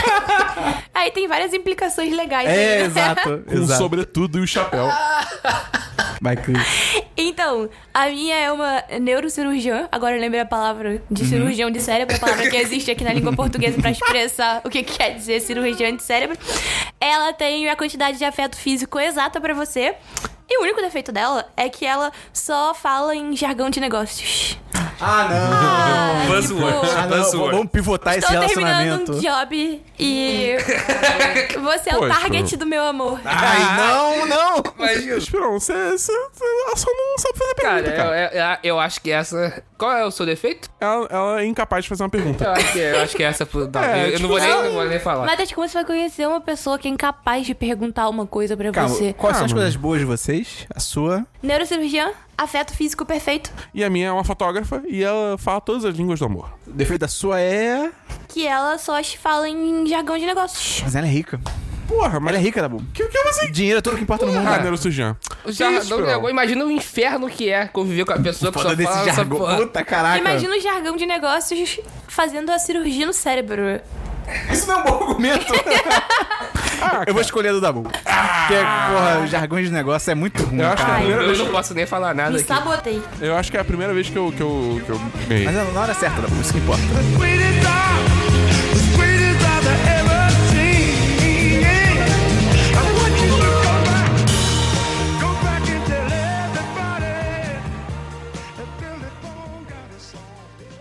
Aí tem várias implicações legais. aí, É, né? exato. Com o sobretudo e o chapéu. Vai, Cris. Então, a minha é uma neurocirurgiã. Agora eu lembrei a palavra de cirurgião de cérebro, a palavra que existe aqui na língua portuguesa pra expressar o que quer dizer cirurgião de cérebro. Ela tem a quantidade de afeto físico exata pra você. E o único defeito dela é que ela só fala em jargão de negócios. Ah, não. Buzzword. Ah, não. Buzzword. Vamos pivotar esse Estou terminando relacionamento. um job e você é o Poxa. target do meu amor. Ai, não. Mas, Esperão, você ela só não sabe fazer pergunta, cara. cara, eu acho que essa... Qual é o seu defeito? Ela é incapaz de fazer uma pergunta. Eu acho que essa... eu não vou nem falar. Mas desde como você vai conhecer uma pessoa que é incapaz de perguntar uma coisa pra Calma, você? quais são as Calma. coisas boas de vocês? A sua? Neurocirurgiã, afeto físico perfeito, E a minha é uma fotógrafa e ela fala todas as línguas do amor. O defeito da sua é... que ela só fala em jargão de negócios. Mas ela é rica. Porra, mas... Ela é rica, Dabu. Que assim? Dinheiro é tudo que importa no mundo. Ah, cara. neurocirurgião. Já, Isso, não, Esperão. imagina o inferno que é conviver com a pessoa que Foda só desse fala essa jargão. porra. Puta, caraca. Imagina o jargão de negócios fazendo a cirurgia no cérebro. Isso não é um bom argumento. Eu vou escolher a do Dabu. Porque, porra, jargões de negócio é muito ruim, Eu acho que cara. a primeira Eu vez... não posso nem falar nada Me aqui. sabotei. Eu acho que é a primeira vez que eu ganhei. Mas é na hora certa, Dabu. Isso que importa. Sweetest I've ever seen. I want you to go back and tell everybody that Billy Bone got his song.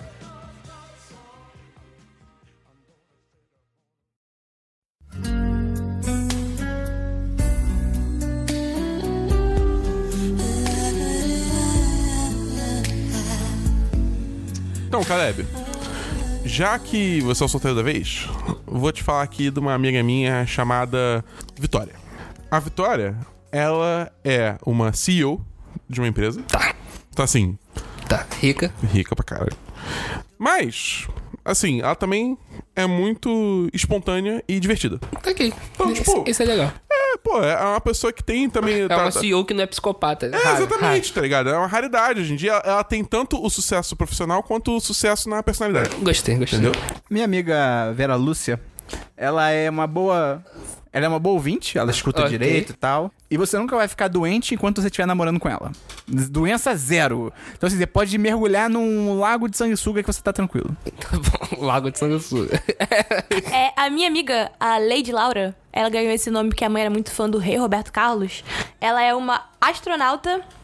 Então, Caleb, já que você é o solteiro da vez, vou te falar aqui de uma amiga minha chamada Vitória. A Vitória, ela é uma CEO de uma empresa. Tá. Tá assim, Tá, rica. rica pra caralho. Mas, assim, ela também é muito espontânea e divertida. Tá aqui. Então, tipo, Isso é legal. É, pô, é uma pessoa que tem também... É uma CEO que não é psicopata. É, exatamente, tá ligado? É uma raridade. Hoje em dia, ela tem tanto o sucesso profissional quanto o sucesso na personalidade. Gostei. Entendeu? Minha amiga Vera Lúcia, ela é uma boa... Ela é uma boa ouvinte, ela escuta Ok. direito e tal. E você nunca vai ficar doente enquanto você estiver namorando com ela. Doença zero. Então, assim, você pode mergulhar num lago de sanguessuga que você tá tranquilo. Tá bom. Lago de Sanguessuga. É, a minha amiga, a Lady Laura, ela ganhou esse nome porque a mãe era muito fã do rei Roberto Carlos. Ela é uma astronauta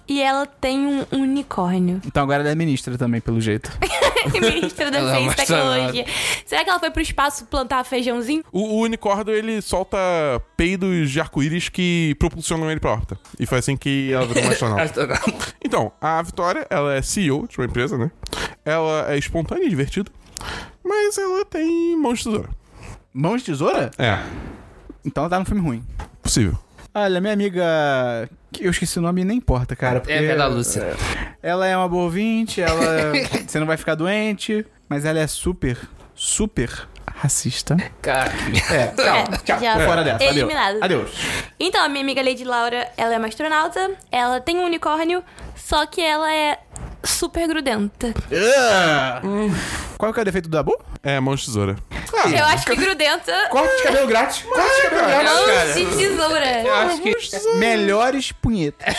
e ela tem um unicórnio. Então agora ela é ministra também, pelo jeito. Ministra da Ela é Ciência uma e Tecnologia. Será que ela foi pro espaço plantar feijãozinho? O unicórnio, ele solta peidos de arco-íris que propulsionam ele pra órbita. E foi assim que ela virou uma astronauta. Então, a Vitória, ela é CEO de uma empresa, né? Ela é espontânea e divertida, mas ela tem mãos de tesoura. Mãos de tesoura? É, Então ela tá num filme ruim. possível. Olha, minha amiga... que eu esqueci o nome e nem importa, cara. Porque É a Lúcia. ela é uma boa ouvinte, ela... você não vai ficar doente, mas ela é super racista. Cara, Tchau. já Fora dessa. eliminado. Adeus. Então, a minha amiga Lady Laura, ela é uma astronauta, ela tem um unicórnio, só que ela é super grudenta. Qual que é o defeito do Dabu? É, mãos de tesoura. Eu acho que grudenta... Corte de cabelo grátis. Corte de cabelo grátis. Mãos de tesoura. eu acho que... Melhores punhetas.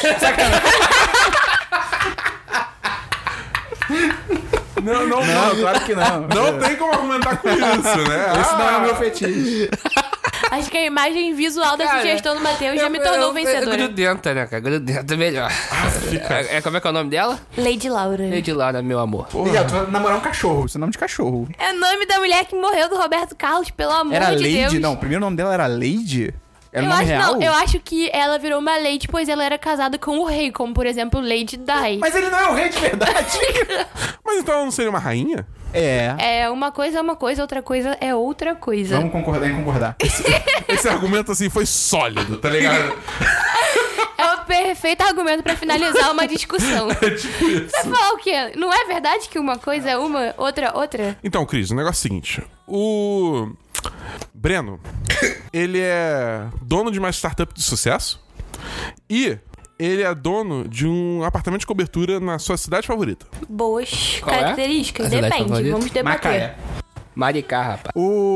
Não, claro que não. Não tem como argumentar com isso, né? Esse não é o meu fetiche. Acho que a imagem visual da Cara, sugestão do Matheus já me tornou É vencedora. grudenta, né, cara? Grudenta é melhor. Como é que é o nome dela? Lady Laura. Lady Laura, meu amor. Miguel, tu vai namorar um cachorro. Isso é nome de cachorro. É o nome da mulher que morreu do Roberto Carlos, pelo amor Era de Deus. Lady? Não, o primeiro nome dela era Lady? Era o Eu nome acho, real? não, eu acho que ela virou uma lady, pois ela era casada com o rei, como por exemplo Lady Di. Mas ele não é o rei de verdade. Mas então ela não seria uma rainha? É. Uma coisa, outra coisa é outra coisa. Vamos concordar em concordar. Esse argumento, assim, foi sólido, tá ligado? É o perfeito argumento pra finalizar uma discussão. Você falar o quê? Não é verdade que uma coisa é uma, outra? Então, Cris, o negócio é o seguinte. O Breno, ele é dono de uma startup de sucesso e ele é dono de um apartamento de cobertura na sua cidade favorita. Boas Qual é? características, A cidade depende, favorita? vamos debater. Macaé. Maricá, rapaz.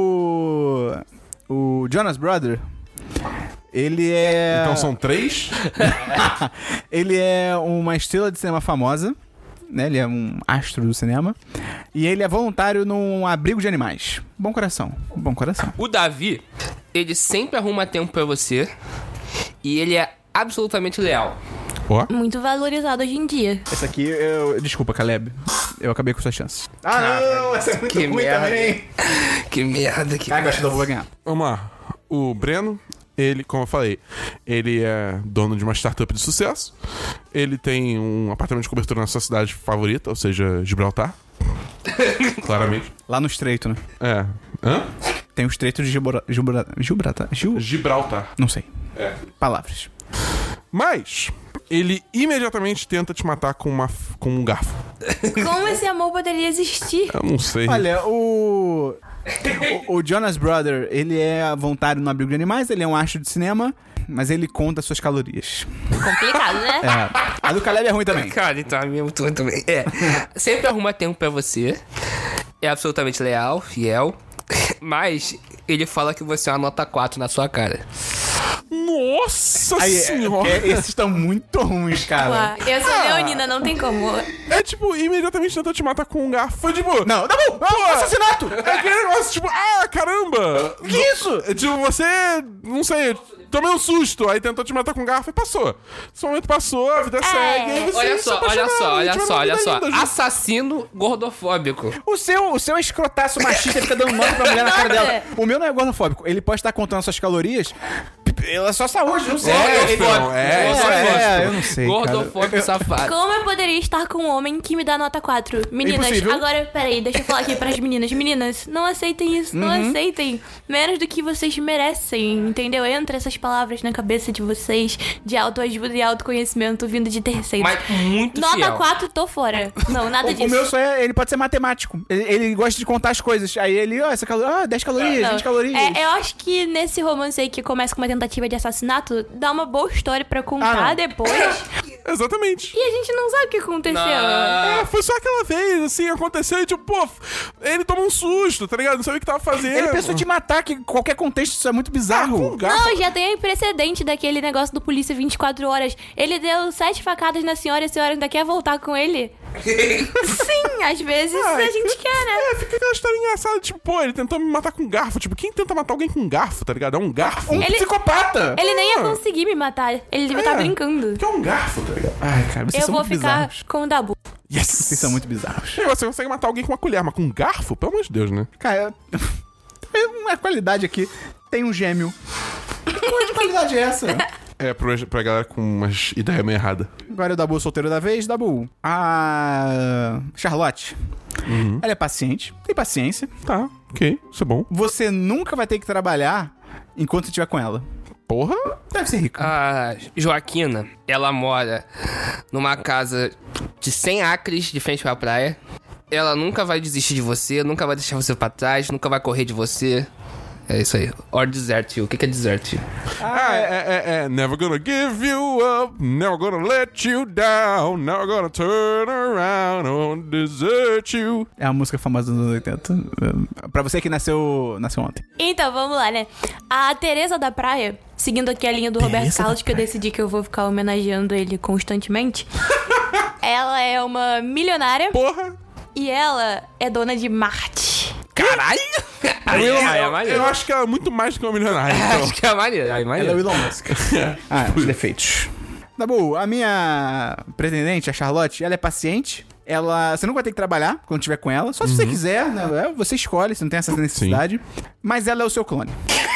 O Jonas Brother, ele é... Então são 3? Ele é uma estrela de cinema famosa, né? Ele é um astro do cinema. E ele é voluntário num abrigo de animais. Bom coração. O Davi, ele sempre arruma tempo pra você e ele é absolutamente leal. Ó. Muito valorizado hoje em dia. Essa aqui, desculpa, Caleb. Eu acabei com suas chances. Não, essa é muito que ruim merda. também. Que merda, que Acho que eu vou ganhar. Vamos lá. O Breno, ele, como eu falei, ele é dono de uma startup de sucesso. Ele tem um apartamento de cobertura na sua cidade favorita, ou seja, Gibraltar. Claramente. Lá no estreito, né? É. Hã? Tem o estreito de Gibraltar. Gibraltar. Não sei. É. Palavras. Mas ele imediatamente tenta te matar com um garfo. Como esse amor poderia existir? Eu não sei. Olha, o Jonas Brother, ele é voluntário no abrigo de animais, ele é um astro de cinema, mas ele conta suas calorias. Complicado, né? A do Caleb é ruim também. Cara, então a minha é muito ruim também. Sempre arruma tempo pra você. É absolutamente leal, fiel. Mas ele fala que você é uma nota 4 na sua cara. Nossa Aí, senhora! esses estão muito ruins, cara. Ué, eu sou leonina, não tem como. É tipo, imediatamente tentou te matar com um garfo. Foi tipo... Não, tá bom. Assassinato. É aquele negócio, tipo, caramba! Que isso? É tipo, você, não sei, tomei um susto, aí tentou te matar com um garfo e passou. Esse momento passou, a vida segue, aí você Olha se só, apaixonaram, olha tiveram só, uma olha vida só. linda junto. Assassino gordofóbico. O seu escrotaço machista fica dando nome pra mulher na cara dela. O meu não é gordofóbico. Ele pode estar contando suas calorias. Ela é só saúde, não sei. Eu não sei, Gordofóbico safado. Como eu poderia estar com um homem que me dá nota 4? Meninas, Impossível. agora, peraí, deixa eu falar aqui pras meninas. Meninas, não aceitem isso, não aceitem. Menos do que vocês merecem, entendeu? Entra essas palavras na cabeça de vocês, de autoajuda e autoconhecimento vindo de terceiros. Mas muito Nota fiel. 4, tô fora. Não, nada disso. O meu só é... Ele pode ser matemático. Ele gosta de contar as coisas. Aí ele, essa caloria, 10 calorias, 20 calorias. Eu acho que nesse romance aí que começa com uma tentativa de assassinato, dá uma boa história pra contar não. depois. Exatamente. E a gente não sabe o que aconteceu. É, foi só aquela vez, assim, aconteceu e tipo, pô, ele tomou um susto, tá ligado? Não sabia o que tava fazendo. Ele pensou em te matar, que em qualquer contexto isso é muito bizarro. com um garfo. Não, já tem precedente daquele negócio do polícia 24 horas. Ele deu 7 facadas na senhora e a senhora ainda quer voltar com ele? Sim, às vezes a gente quer, né? Fica aquela história engraçada, tipo, pô, ele tentou me matar com garfo. Tipo, quem tenta matar alguém com garfo, tá ligado? É um garfo. Um psicopata! Ele nem ia conseguir me matar. Ele devia estar brincando. Que é um garfo, tá ligado? Ai, cara, vocês Eu são vou muito ficar bizarros. com o Dabu. Yes! Vocês são muito bizarros. Você consegue matar alguém com uma colher, mas com um garfo? Pelo amor de Deus, né? Cara, uma qualidade aqui. Tem um gêmeo. Que qualidade é essa? É, pra galera com umas ideias meio erradas. Agora é o Dabu solteiro da vez. Dabu. A Charlotte. Ela é paciente. Tem paciência. Tá, ok, isso é bom. Você nunca vai ter que trabalhar enquanto você estiver com ela. Porra! Deve ser rica. A Joaquina, ela mora numa casa de 100 acres de frente pra praia. Ela nunca vai desistir de você, nunca vai deixar você pra trás, nunca vai correr de você. É isso aí. Or desert you. O que é desert you? Never gonna give you up, never gonna let you down, never gonna turn around or desert you. É a música famosa dos anos 80. Pra você que nasceu ontem. Então, vamos lá, né? A Teresa da Praia, seguindo aqui a linha do Roberto Teresa Carlos, da que eu decidi que eu vou ficar homenageando ele constantemente. Ela é uma milionária Porra! e ela é dona de Marte. Caralho! Aí é maneiro. Eu acho que ela é muito mais do que uma milionária. Então. Acho que é maneiro. Aí é Ela é o maneiro. Elon Musk. Os defeitos. Dabu, a minha pretendente, a Charlotte, ela é paciente. Você não vai ter que trabalhar quando estiver com ela. Só se você quiser, né? Você escolhe, você não tem essa necessidade. Mas ela é o seu clone.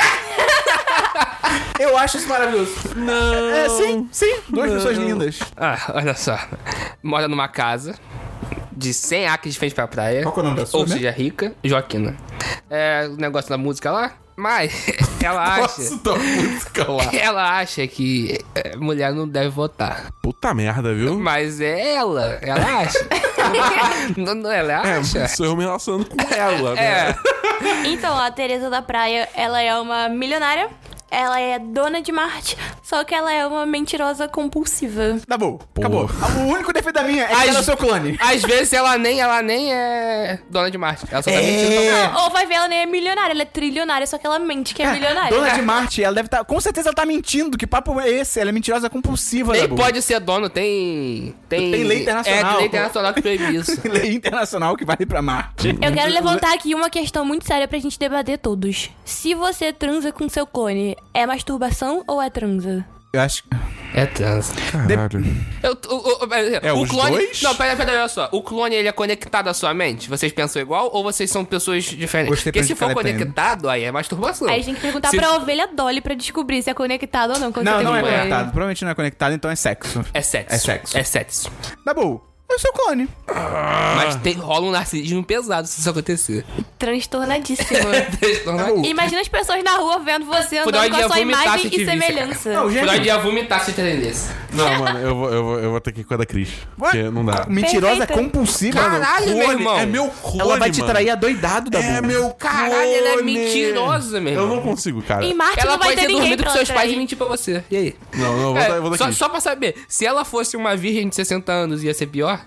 Eu acho isso maravilhoso. Não. Sim. Duas pessoas lindas. Olha só. Mora numa casa de 100 acres de frente pra praia. Qual que é o nome da sua, Ou né? seja, rica. Joaquina. É o negócio da música lá. Mas ela acha... Nossa, tua música lá. Ela acha que mulher não deve votar. Puta merda, viu? Mas é ela. Ela acha. Ela acha. Sou eu me relacionando com ela, né? É. Então, a Teresa da Praia, ela é uma milionária. Ela é dona de Marte, só que ela é uma mentirosa compulsiva. Dabu, acabou. O único defeito da minha é que ela é o seu clone. Às vezes ela nem é dona de Marte. Ela só tá mentindo. Não, ou vai ver, ela nem é milionária, ela é trilionária, só que ela mente que é milionária. Dona de Marte, ela deve estar... Com certeza ela tá mentindo. Que papo é esse? Ela é mentirosa compulsiva, Nem Dabu. pode ser dono, tem lei internacional. É, lei internacional que proíbe isso. Lei internacional que vale pra Marte. Eu quero levantar aqui uma questão muito séria pra gente debater todos. Se você transa com seu clone, é masturbação ou é transa? Eu acho... É trans. Caralho. O os clone... dois? Não, pera, olha só. O clone, ele é conectado à sua mente? Vocês pensam igual ou vocês são pessoas diferentes? Gostei Porque pra se gente for falar conectado, aí é masturbação. Aí a gente tem que perguntar Se- pra ovelha Dolly pra descobrir se é conectado ou não. quando Não, você não tem é um clone. conectado. Provavelmente não é conectado, então é sexo. É sexo. É sexo. É sexo. Dabu, é o seu clone. Mas rola um narcisismo pesado se isso acontecer. Transtornadíssima. Dabu. Imagina as pessoas na rua vendo você andando Freud com a ia sua vomitar imagem se te e visse, semelhança. Não, gente... Freud ia vomitar se entendesse. Não, mano, eu vou ter que ir com a da Cris. Porque não dá. Mentirosa Perfeita. compulsiva. Caralho, meu irmão. É meu clone, Ela vai te mano. trair adoidado, Dabu. É meu Caralho, ela é clone. mentirosa, meu Eu irmão. não consigo, cara. Em Marte Ela não vai pode ter ter ninguém dormido pra com seus ela pais e trair. mentir pra você. E aí? Não, eu vou daqui. Só pra saber, se ela fosse uma virgem de 60 anos, ia ser pior?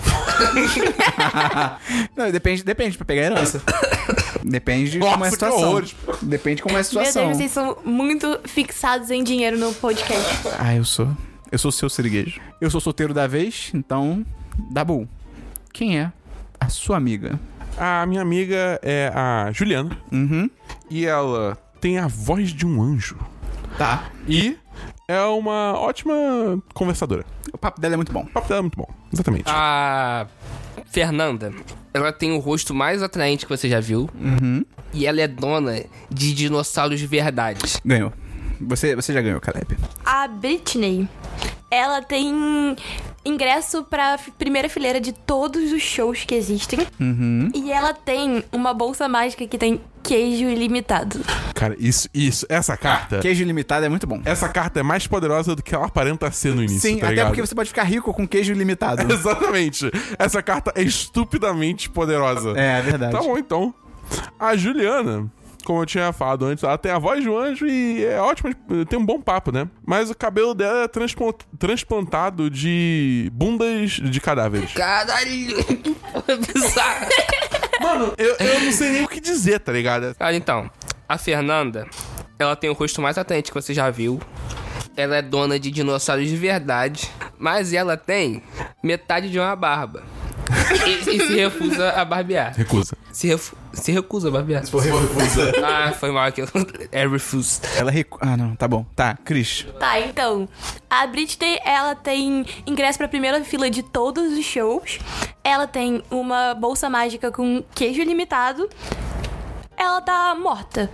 Não, depende pra pegar a herança. Depende de Nossa, como é a que situação. horrores. Depende de como é a Meu situação. Deus, vocês são muito fixados em dinheiro no podcast. Ah, eu sou. Eu sou o seu siriguejo. Eu sou solteiro da vez, então... Dabu, quem é a sua amiga? A minha amiga é a Juliana. Uhum. E ela tem a voz de um anjo. Tá. E é uma ótima conversadora. O papo dela é muito bom. O papo dela é muito bom. Exatamente. A Fernanda, ela tem o rosto mais atraente que você já viu. Uhum. E ela é dona de dinossauros de verdade. Ganhou. Você já ganhou, Caleb. A Britney, ela tem ingresso pra primeira fileira de todos os shows que existem. Uhum. E ela tem uma bolsa mágica que tem queijo ilimitado. Cara, essa carta... Queijo ilimitado é muito bom. Essa carta é mais poderosa do que ela aparenta ser no início, Sim, tá até ligado? porque você pode ficar rico com queijo ilimitado. Exatamente. Essa carta é estupidamente poderosa. É verdade. Tá bom, então. A Juliana, como eu tinha falado antes, ela tem a voz de um anjo e é ótima, tem um bom papo, né? Mas o cabelo dela é transplantado de bundas de cadáveres. Caralho, que porra bizarra. Mano, eu não sei nem o que dizer, tá ligado? Cara, então, a Fernanda, ela tem o rosto mais atraente que você já viu. Ela é dona de dinossauros de verdade, mas ela tem metade de uma barba. E se recusa a barbear. Recusa. Se recusa a barbear. Recusa. Ah, foi mal aqui. É refuse. Ela Ah, não, tá bom. Tá, Cris. Tá, então, a Britney, ela tem ingresso pra primeira fila de todos os shows. Ela tem uma bolsa mágica com queijo ilimitado. Ela tá morta.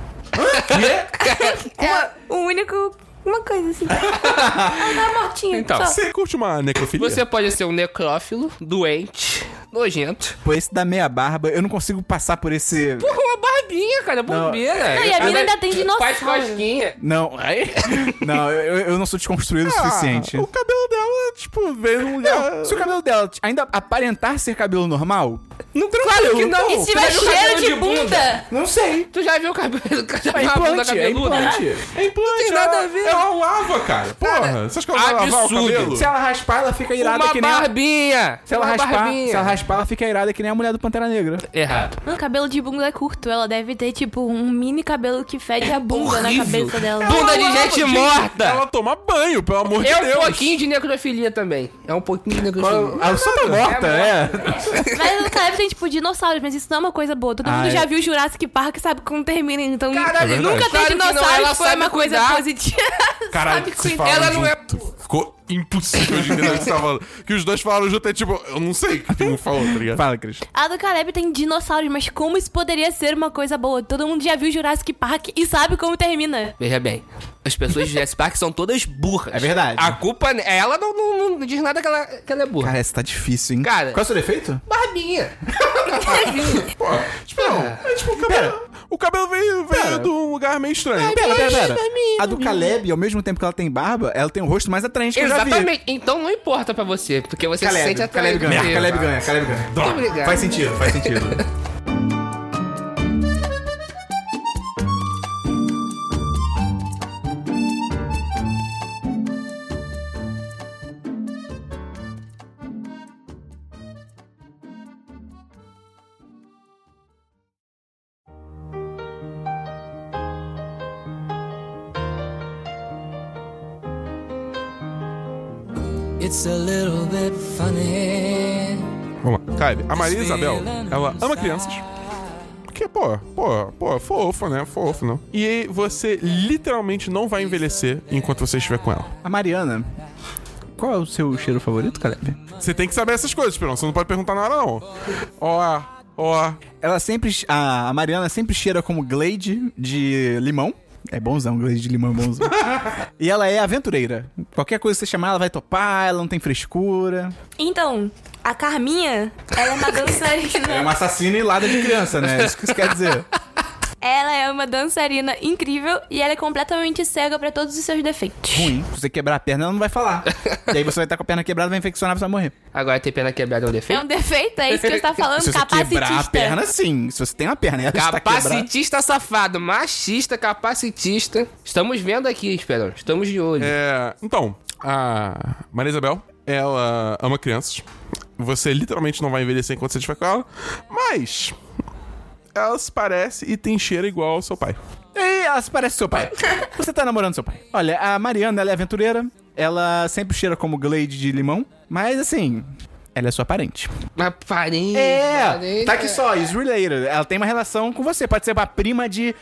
É o único... Uma coisa assim. Ela tá mortinha. Então, só. Você curte uma necrofilia? Você pode ser um necrófilo, doente, nojento. Pô, esse da meia barba, eu não consigo passar por esse... Porra, uma barbinha, cara, bombeira. Não, e a mina ainda tem Faz dinossauro. cosquinha. Não, não, eu não sou desconstruído o suficiente. O cabelo dela, tipo, veio num lugar... Se o cabelo dela ainda aparentar ser cabelo normal, Não, claro que não. E se Tu já tiver viu cheiro cabelo de bunda? não sei. Tu já viu o cabelo? Já É viu a bunda implante, é cabeluda? implante. É implante, Não tem nada a ver. Ela lava, cara. Porra, você acha que ela vai lavar o absurdo. cabelo? Se ela raspar, ela fica irada Uma que nem barbinha. Se ela Uma raspar, barbinha. se ela raspar, ela fica irada que nem a mulher do Pantera Negra. Errado. O cabelo de bunda é curto. Ela deve ter, tipo, um mini cabelo que fede a bunda na horrível. cabeça dela. Bunda de Ela gente lava, morta. Ela toma banho, pelo amor de É Deus. um pouquinho de necrofilia também. É um pouquinho de necrofilia. A sua tá morta, é. Mas o Caleb tem, tipo, dinossauros, mas isso não é uma coisa boa. Todo mundo já viu Jurassic Park e sabe como termina, então... Caralho, nunca claro ter que não, dinossauros ela foi sabe uma coisa cuidar. positiva. Caralho, Sabe vocês cuidar. falaram Ela não é- junto. Ficou impossível de entender o que você tava falando. Que os dois falaram junto, é tipo, eu não sei o que um falou, tá ligado? Fala, Cris. A do Caleb tem dinossauros, mas como isso poderia ser uma coisa boa? Todo mundo já viu Jurassic Park e sabe como termina. Veja bem, as pessoas de Jurassic Park são todas burras. É verdade. A culpa... Ela não diz nada que ela é burra. Cara, essa tá difícil, hein? Cara- Qual é o seu defeito? Barbinha. Pô, tipo, não. É tipo, o cabelo veio de um lugar meio estranho. Pera. A do Caleb, ao mesmo tempo que ela tem barba, ela tem um rosto mais atraente que eu já vi. Exatamente. Então não importa pra você, porque você se sente Caleb atraído. ganha, por ele. Caleb ganha. Muito obrigado. Faz sentido. It's a little bit funny. Vamos lá. Caleb, a Maria Isabel, ela ama crianças. Porque, fofo, né? Fofo, não. E aí você literalmente não vai envelhecer enquanto você estiver com ela. A Mariana, qual é o seu cheiro favorito, Caleb? Você tem que saber essas coisas, Esperão. Você não pode perguntar nada, não. Ó. Ela sempre... A Mariana sempre cheira como Glade de limão. É bonzão, Glade de limão é bonzão. E ela é aventureira. Qualquer coisa que você chamar, ela vai topar, ela não tem frescura. Então, a Carminha, ela é uma dançarina. É uma assassina hilada de criança, né? Isso que isso quer dizer. Ela é uma dançarina incrível e ela é completamente cega pra todos os seus defeitos. Ruim. Se você quebrar a perna, ela não vai falar. E aí você vai estar com a perna quebrada, vai infeccionar, você vai morrer. Agora tem pena quebrada é um É defeito? um defeito, é isso que você tá falando, Se você capacitista. quebrar a perna, sim. Se você tem uma perna e ela está quebrada... Capacitista safado, machista, capacitista. Estamos vendo aqui, Esperão. Estamos de olho. Então, a Maria Isabel, ela ama crianças. Você literalmente não vai envelhecer enquanto você estiver com ela. Mas ela se parece e tem cheiro igual ao seu pai. E ela se parece seu pai. Você tá namorando seu pai. Olha, a Mariana, ela é aventureira. Ela sempre cheira como Glade de limão. Mas, assim, ela é sua parente. Mas parente. Tá aqui só, is related. Ela tem uma relação com você. Pode ser uma prima de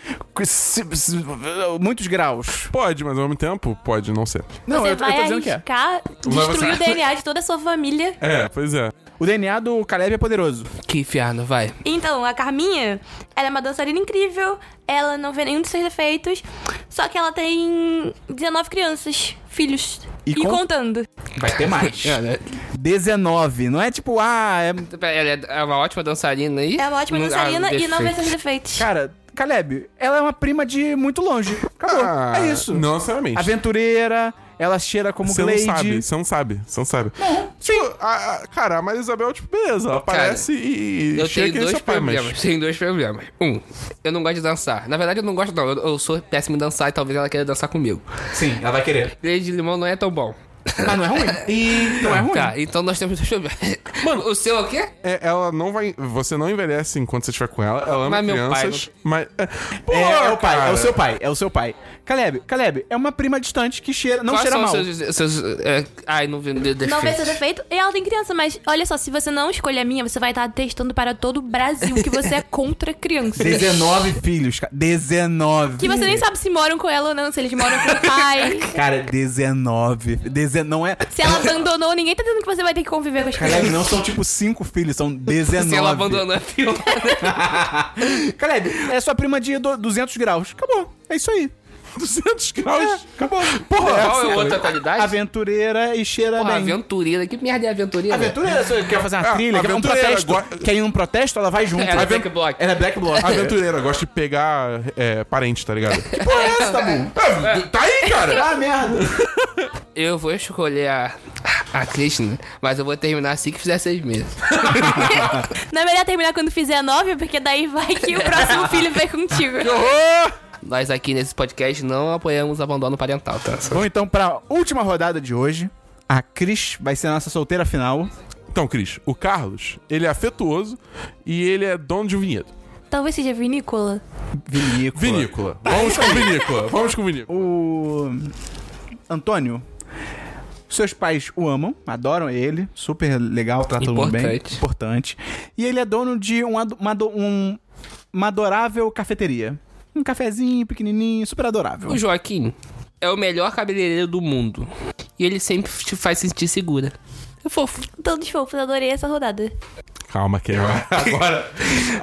muitos graus. Pode, mas ao mesmo tempo, pode não ser. Não, Você eu tô vai dizendo que é. arriscar destruir o DNA de toda a sua família. Pois é. O DNA do Caleb é poderoso. Que inferno, vai. Então, a Carminha, ela é uma dançarina incrível, ela não vê nenhum dos seus defeitos, só que ela tem 19 crianças, filhos, E e contando. Vai ter mais. É, né? 19. Não é tipo, Ela é uma ótima dançarina aí. É uma ótima dançarina e não vê seus defeitos. Cara, Caleb, ela é uma prima de muito longe. Acabou. É isso. Não necessariamente. Aventureira, ela cheira como Você não Glade. sabe, você não sabe. Tipo, cara, a Maria Isabel, tipo, beleza, ela aparece e Eu chega tenho que dois problemas. Tenho dois problemas. Eu não gosto de dançar. Na verdade, eu não gosto, não. Eu sou péssimo em dançar e talvez ela queira dançar comigo. Sim, ela vai querer. Leite de limão não é tão bom. Mas não é ruim. Não é ruim. Tá, então nós temos dois problemas. Mano, o seu é o quê? Ela não vai. Você não envelhece enquanto você estiver com ela. Ela ama Mas meu pai crianças. Mas. É o pai, é o seu pai, é o seu pai. Caleb, é uma prima distante que não Quais cheira são mal. seus ai, não vi defeito. Não vê seu defeito. E ela tem criança, mas olha só, se você não escolher a minha, você vai estar testando para todo o Brasil que você é contra crianças. 19 filhos, cara. 19. Que você nem sabe se moram com ela ou não, se eles moram com o pai. Cara, 19. Não é... Se ela abandonou, ninguém tá dizendo que você vai ter que conviver com as Caleb, crianças. não são tipo 5 filhos, são 19. Se ela abandonou a pior. Caleb, é sua prima de 200 graus. Acabou. É isso aí. 200 graus. Acabou. Porra, Qual é a outra qualidade? aventureira e cheira Porra, bem. aventureira. Que merda é aventureira? Aventureira, você quer fazer uma trilha, quer um aventureira, protesto. Quer ir num protesto, ela vai junto. Ela é Black Bloc. Ela é Black Bloc. Aventureira, gosta de pegar parente, tá ligado? Que porra é essa, Tabu? Tá aí, cara! Ah, merda. Eu vou escolher a Krishna, mas eu vou terminar assim que fizer 6 meses. Não é melhor terminar quando fizer 9, porque daí vai que o próximo filho vem contigo. Nós aqui nesse podcast não apoiamos o abandono parental, tá? Vamos então pra última rodada de hoje. A Cris vai ser a nossa solteira final. Então, Cris, o Carlos, ele é afetuoso e ele é dono de um vinhedo. Talvez seja vinícola. Vinícola. Vamos com vinícola. O Antônio, seus pais o amam, adoram ele, super legal, trata todo mundo bem. Importante. E ele é dono de uma adorável cafeteria. Um cafezinho pequenininho, super adorável. O Joaquim é o melhor cabeleireiro do mundo. E ele sempre te faz sentir segura. É fofo. Todos fofos, adorei essa rodada. Calma, que agora...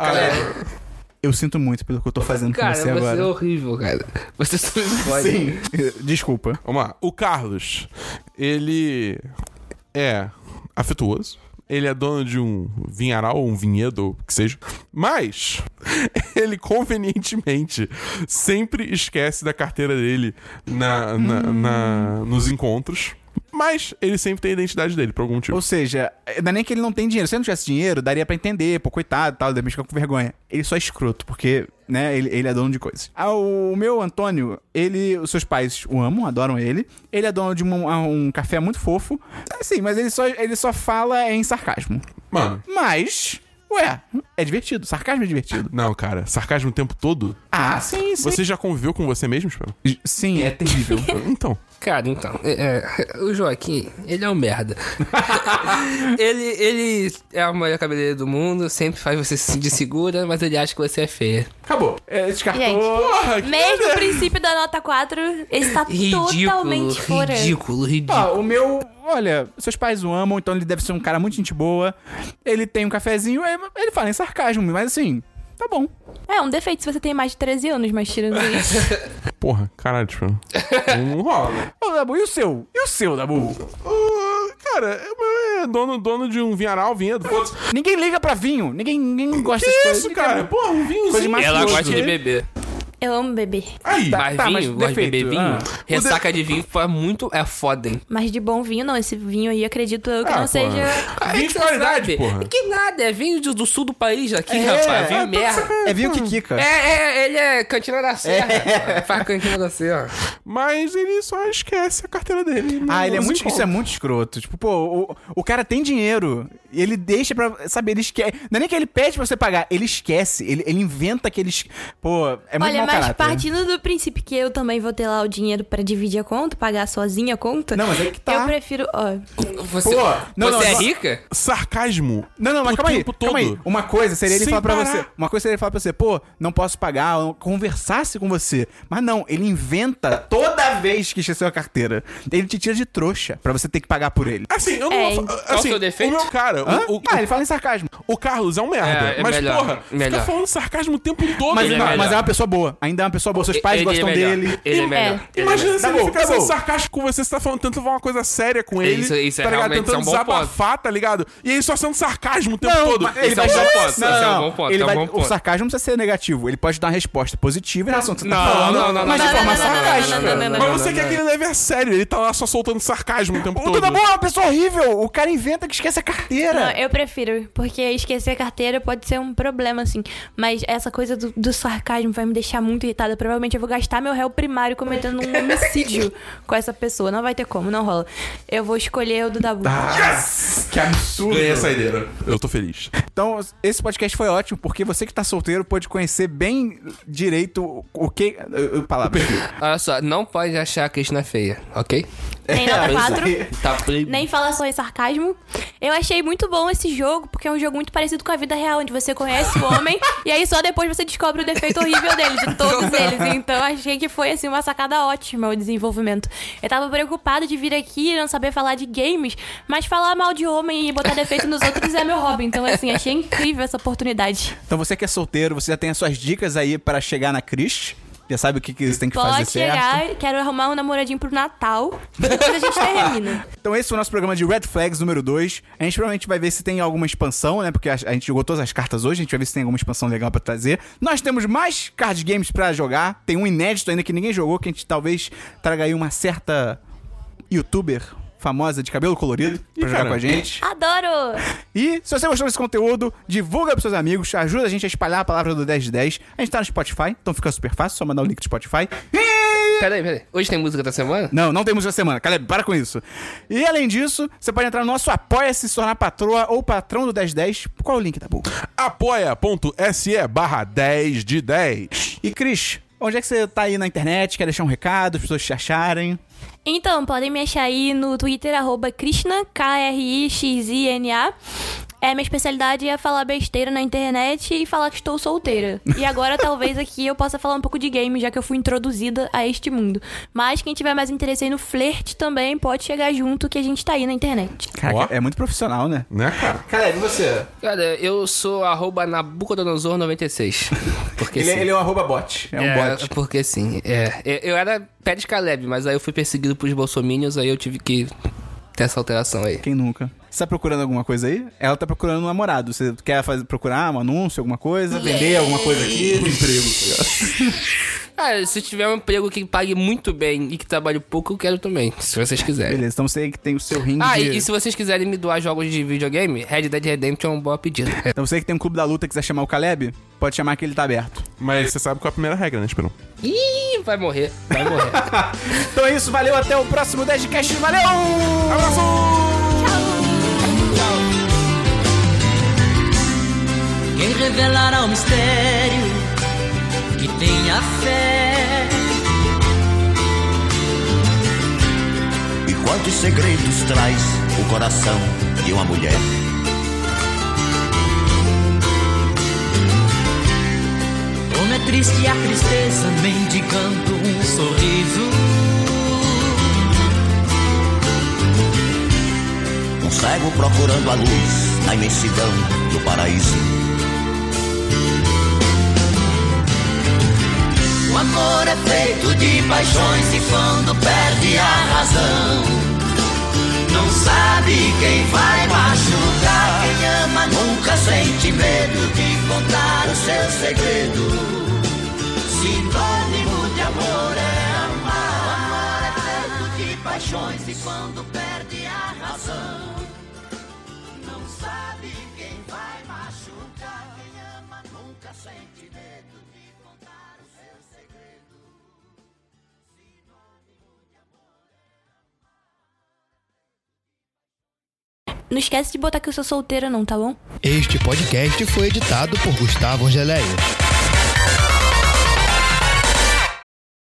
Eu sinto muito pelo que eu tô fazendo com Cara, você você agora. é horrível, cara. Você só me pode. Sim, desculpa. Vamos lá. O Carlos, ele é afetuoso. Ele é dono de um vinharal, um vinhedo, ou o que seja. Mas ele convenientemente sempre esquece da carteira dele nos encontros. Mas ele sempre tem a identidade dele, por algum motivo. Ou seja, não é nem que ele não tem dinheiro. Se ele não tivesse dinheiro, daria pra entender. Pô, coitado e tal, deve ficar com vergonha. Ele só é escroto, porque, né, ele é dono de coisas. O meu Antônio, os seus pais o amam, adoram ele. Ele é dono de um café muito fofo. Assim, mas ele só fala em sarcasmo. Mano. Mas, é divertido. Sarcasmo é divertido. Não, cara. Sarcasmo o tempo todo? Ah, sim. Você já conviveu com você mesmo, Spelo? Sim, é terrível. Então. Cara, então, o Joaquim, ele é um merda. ele é o melhor cabeleireiro do mundo, sempre faz você se sentir segura, mas ele acha que você é feia. Acabou. Descartou. Gente, Porra, que mesmo o princípio da nota 4, ele está totalmente fora. Ridículo. O meu... Olha, seus pais o amam, então ele deve ser um cara muito gente boa. Ele tem um cafezinho, ele fala em sarcasmo, mas assim, tá bom. É um defeito se você tem mais de 13 anos, mas tirando isso. Porra, caralho, Spelo. Não rola. Ô, Dabu, e o seu? E o seu, Dabu? Cara, o meu é dono de um vinhedo. Foda-se. Ninguém liga pra vinho. Ninguém gosta Que dessas coisas. isso, cara? Porra, um vinhozinho. Coisa de mafioso. Ela gosta de beber. Eu amo beber. Aí. Tá, Mas mas vinho, gosta de defeito, beber vinho. ah. Ressaca de vinho é foda, hein? Mas de bom vinho, não. Esse vinho aí, acredito eu que Ah, não seja... Vinho de qualidade, porra. Que nada, é vinho do sul do país aqui, É, rapaz. Vinho merda. É vinho que quica. Ele é cantina da serra. rapaz. Faz cantina da serra. Mas ele só esquece a carteira dele. Isso é muito escroto. Tipo, pô, o cara tem dinheiro e ele deixa pra... Sabe, ele esquece. Não é nem que ele pede pra você pagar, ele esquece. Ele inventa que ele... Pô, é muito Olha, mau mas caráter. partindo do princípio que eu também vou ter lá o dinheiro pra dividir a conta, pagar sozinha a conta... Não, mas é que tá. Eu prefiro... Ó, Você, Pô, não, você é não, rica? Sarcasmo. Não, mas o calma aí, tempo calma aí. todo. Uma coisa seria ele Sem falar pra parar. você. Uma coisa seria ele falar pra você, pô, não posso pagar, ou conversasse com você. Mas não, ele inventa toda vez que esqueceu a carteira. Ele te tira de trouxa pra você ter que pagar por ele. Assim, eu não vou... Qual Assim, o seu defeito? o meu cara... Ele fala em sarcasmo. O Carlos é um merda. É mas, melhor, porra, melhor. fica falando sarcasmo o tempo todo. Mas, Ele é não, melhor. mas é uma pessoa boa. Ainda é uma pessoa boa. Seus pais Ele gostam é melhor. dele. Ele é melhor. Imagina se Tá ele bom, ficar tá sendo bom. sarcástico com você tá tentando falar uma coisa séria com ele. Isso é tá ligado? realmente Tentando um bom desabafar, tá ligado? E aí só sendo sarcasmo o tempo todo. mas ele Esse é vai um bom dar- ponto, esse é um bom ponto, Ele é um vai- bom O ponto. sarcasmo não precisa ser negativo. Ele pode dar uma resposta positiva em relação ao que você tá Não, falando, não, mas de não, forma não, não, não, sarcástica. não, não, Mas você quer que ele leve a sério. Ele tá lá só soltando sarcasmo o tempo O todo. Duda Bom é uma pessoa horrível. O cara inventa que esquece a carteira. não, eu prefiro, porque esquecer a carteira pode ser um problema, assim. Mas essa coisa do sarcasmo vai me deixar muito irritada. Provavelmente eu vou gastar meu réu primário cometendo um homicídio com essa pessoa. Não vai ter como, não rola. Eu vou escolher o do Dabu. Yes! Que absurdo! Ganhei a saideira. Eu tô feliz. Então, esse podcast foi ótimo, porque você que tá solteiro pode conhecer bem direito o que... Palavras. Olha só, não pode achar a Cristina feia, ok? Nem nota 4. Tá proibido. Nem falação e sarcasmo. Eu achei muito bom esse jogo, porque é um jogo muito parecido com a vida real, onde você conhece o homem e aí só depois você descobre o defeito horrível dele, de todos eles. Então achei que foi, assim, uma sacada ótima o desenvolvimento. Eu tava preocupada de vir aqui e não saber falar de games, mas falar mal de homem e botar defeito nos outros é meu hobby. Então, assim, achei incrível essa oportunidade. Então você que é solteiro, você já tem as suas dicas aí para chegar na Cris. Já sabe o que você tem que fazer Pode chegar, certo. quero arrumar um namoradinho pro Natal. Depois a gente termina. Então esse foi o nosso programa de Red Flags número 2. A gente provavelmente vai ver se tem alguma expansão, né? Porque a gente jogou todas as cartas hoje. A gente vai ver se tem alguma expansão legal pra trazer. Nós temos mais card games pra jogar. Tem um inédito ainda que ninguém jogou, que a gente talvez traga aí uma certa youtuber famosa de cabelo colorido pra jogar cara, com a gente. Adoro! E se você gostou desse conteúdo, divulga pros seus amigos, ajuda a gente a espalhar a palavra do 10 de 10. A gente tá no Spotify, então fica super fácil, só mandar o link do Spotify. Peraí. Hoje tem música da semana? Não tem música da semana. Caleb, para com isso. E além disso, você pode entrar no nosso Apoia-se, se tornar patroa ou patrão do 1010. Qual é o link da boca? apoia.se/10 de 10. E Cris, onde é que você tá aí na internet? Quer deixar um recado, as pessoas te acharem? Então, podem me achar aí no Twitter, @Krishna, Krixina. Minha especialidade é falar besteira na internet e falar que estou solteira. E agora, talvez, aqui eu possa falar um pouco de game, já que eu fui introduzida a este mundo. Mas quem tiver mais interesse aí no flerte também, pode chegar junto, que a gente tá aí na internet. Caraca, é muito profissional, né? Né, cara? Caleb, e você? Cara, eu sou @Nabucodonosor96. Porque sim. Ele é um @bot. É um bot. Porque sim. Eu era pé de Caleb, mas aí eu fui perseguido pros bolsominions, aí eu tive que ter essa alteração aí. Quem nunca? Você tá procurando alguma coisa aí? Ela tá procurando um namorado. Você quer procurar um anúncio, alguma coisa? Vender alguma coisa aqui? Um emprego, Se tiver um emprego que pague muito bem e que trabalhe pouco, eu quero também, se vocês quiserem. Beleza, então você que tem o seu ringue E se vocês quiserem me doar jogos de videogame, Red Dead Redemption é um bom pedido. Então você que tem um clube da luta e quiser chamar o Caleb, pode chamar que ele tá aberto. Mas você sabe qual é a primeira regra, né, Esperão? Ih, vai morrer. Então é isso, valeu, até o próximo 10 de Cast, valeu! Abraço! Quem revelará o mistério que tenha fé? E quantos segredos traz o coração de uma mulher? Como é triste a tristeza mendigando um sorriso. Um cego procurando a luz na imensidão do paraíso. O amor é feito de paixões e quando perde a razão, não sabe quem vai machucar. Quem ama nunca sente medo de contar o seu segredo. Sinônimo de amor é amar. O amor é feito de paixões e quando perde a razão, não sabe quem vai machucar. Quem ama nunca sente medo de contar o seu segredo. Não esquece de botar que eu sou solteira não, tá bom? Este podcast foi editado por Gustavo Angeléia.